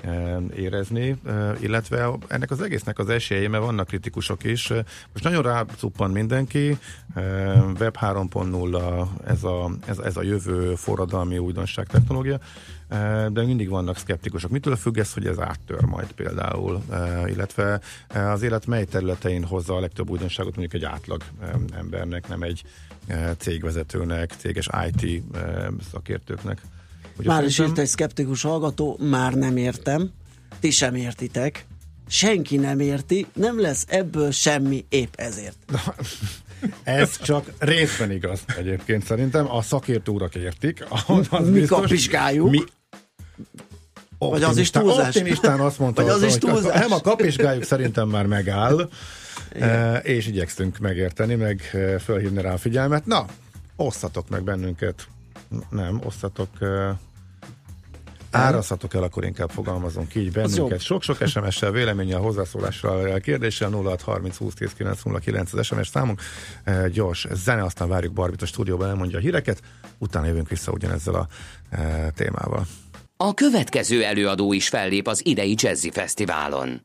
érezni, illetve ennek az egésznek az esélye, mert vannak kritikusok is. Most nagyon rácuppan mindenki, Web 3.0 ez a jövő forradalmi újdonság technológia, de mindig vannak szkeptikusok. Mitől függ ez, hogy ez áttör majd például, illetve az élet mely területein hozza a legtöbb újdonságot mondjuk egy átlag embernek, nem egy cégvezetőnek, céges IT szakértőknek. Már is írt egy szkeptikus hallgató, már nem értem, ti sem értitek, senki nem érti, nem lesz ebből semmi épp ezért. Ez csak részben igaz egyébként szerintem, a szakértő urak értik. Mi kapizsgáljuk. Vagy az is túlzás. Optimistán azt mondta, vagy az is túlzás. Nem, a kapizsgáljuk szerintem már megáll, és igyekszünk megérteni, meg felhívni rá a figyelmet. Na, osszatok meg bennünket. Nem, osszatok... Árazhatok el, akkor inkább fogalmazunk így bennünket. Sok-sok SMS-sel, véleménnyel, hozzászólással, kérdéssel 0630 20 10 909 az SMS számunk. Gyors zene, aztán várjuk Barbit a stúdióban, elmondja a híreket, utána jövünk vissza ugyanezzel a témával. A következő előadó is fellép az idei Jazzy Fesztiválon.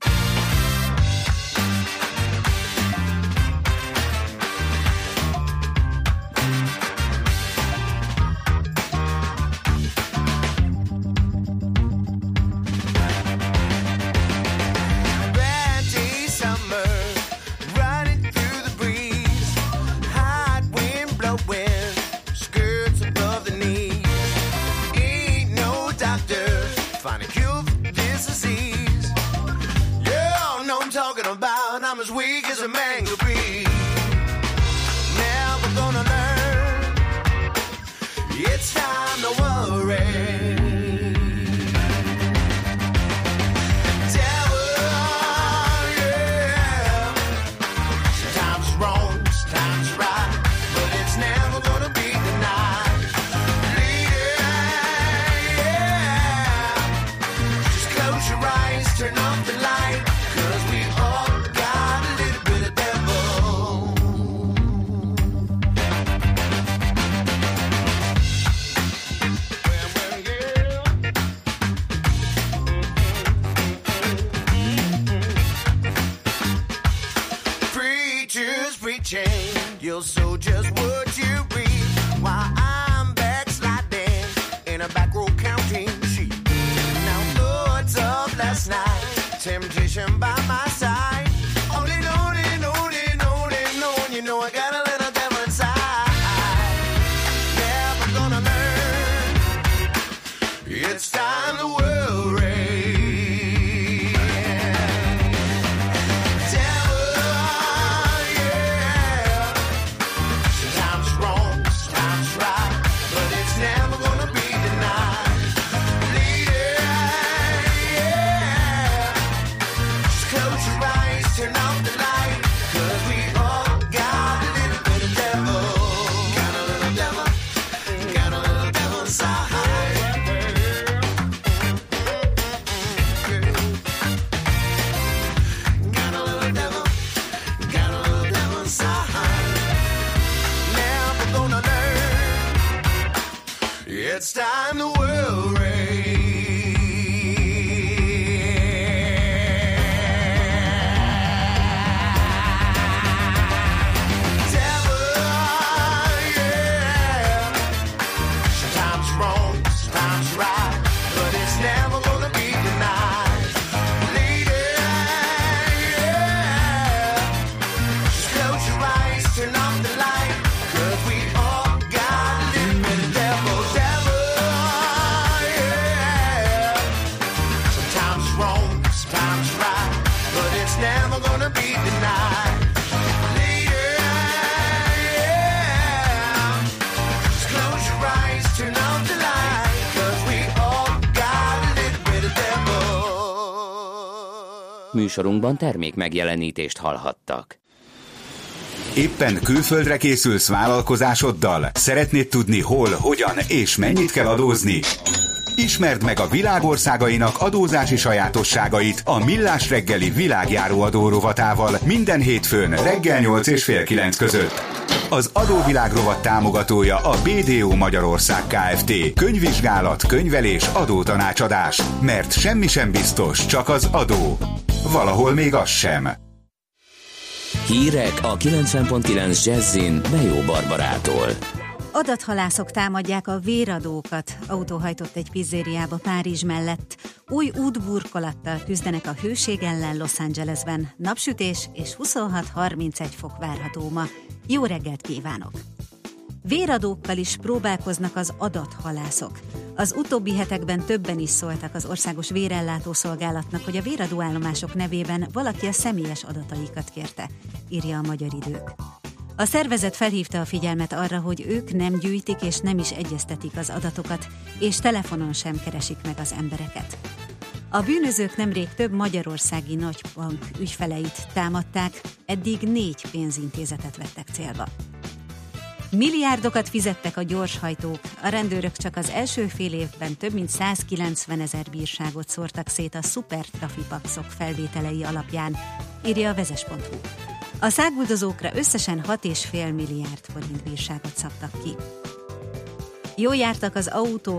You'll sow just what you reap while I'm backsliding in a back row counting sheep. Now thoughts of last night, temptation by my side. Only knowing, you know I got a little devil inside. Never gonna learn. It's time to worry. It's time to worry. Devil, yeah. Sometimes wrong, sometimes right, but it's never gonna be denied. Lady, yeah. Just close your eyes, turn off the light, 'cause we all got a little bit of devil. Never gonna be denied. Later, yeah. Just close your eyes, turn off the light, 'cause we all got a little bit of devil. Műsorunkban termék megjelenítést hallhattak. Éppen külföldre készülsz vállalkozásoddal? Szeretnéd tudni hol, hogyan és mennyit kell adózni? Ismerd meg a világ országainak adózási sajátosságait a Millás reggeli világjáró adó rovatával minden hétfőn reggel 8 és fél 9 között. Az adóvilág rovat támogatója a BDO Magyarország Kft. Könyvvizsgálat, könyvelés, adótanácsadás. Mert semmi sem biztos, csak az adó. Valahol még az sem. Hírek a 90.9 Jazzin Bejó Barbarától. Adathalászok támadják a véradókat. Autó hajtott egy pizzériába Párizs mellett. Új útburkolattal küzdenek a hőség ellen Los Angelesben. Napsütés és 26-31 fok várható ma. Jó reggelt kívánok! Véradókkal is próbálkoznak az adathalászok. Az utóbbi hetekben többen is szóltak az Országos Vérellátó Szolgálatnak, hogy a véradóállomások nevében valaki a személyes adataikat kérte, írja a Magyar Idők. A szervezet felhívta a figyelmet arra, hogy ők nem gyűjtik és nem is egyeztetik az adatokat, és telefonon sem keresik meg az embereket. A bűnözők nemrég több magyarországi nagybank ügyfeleit támadták, eddig 4 pénzintézetet vettek célba. Milliárdokat fizettek a gyorshajtók, a rendőrök csak az első fél évben több mint 190 000 bírságot szórtak szét a szupertrafipaxok felvételei alapján, írja a vezes.hu. A száguldozókra összesen 6,5 milliárd forint bírságot szabtak ki. Jól jártak az autók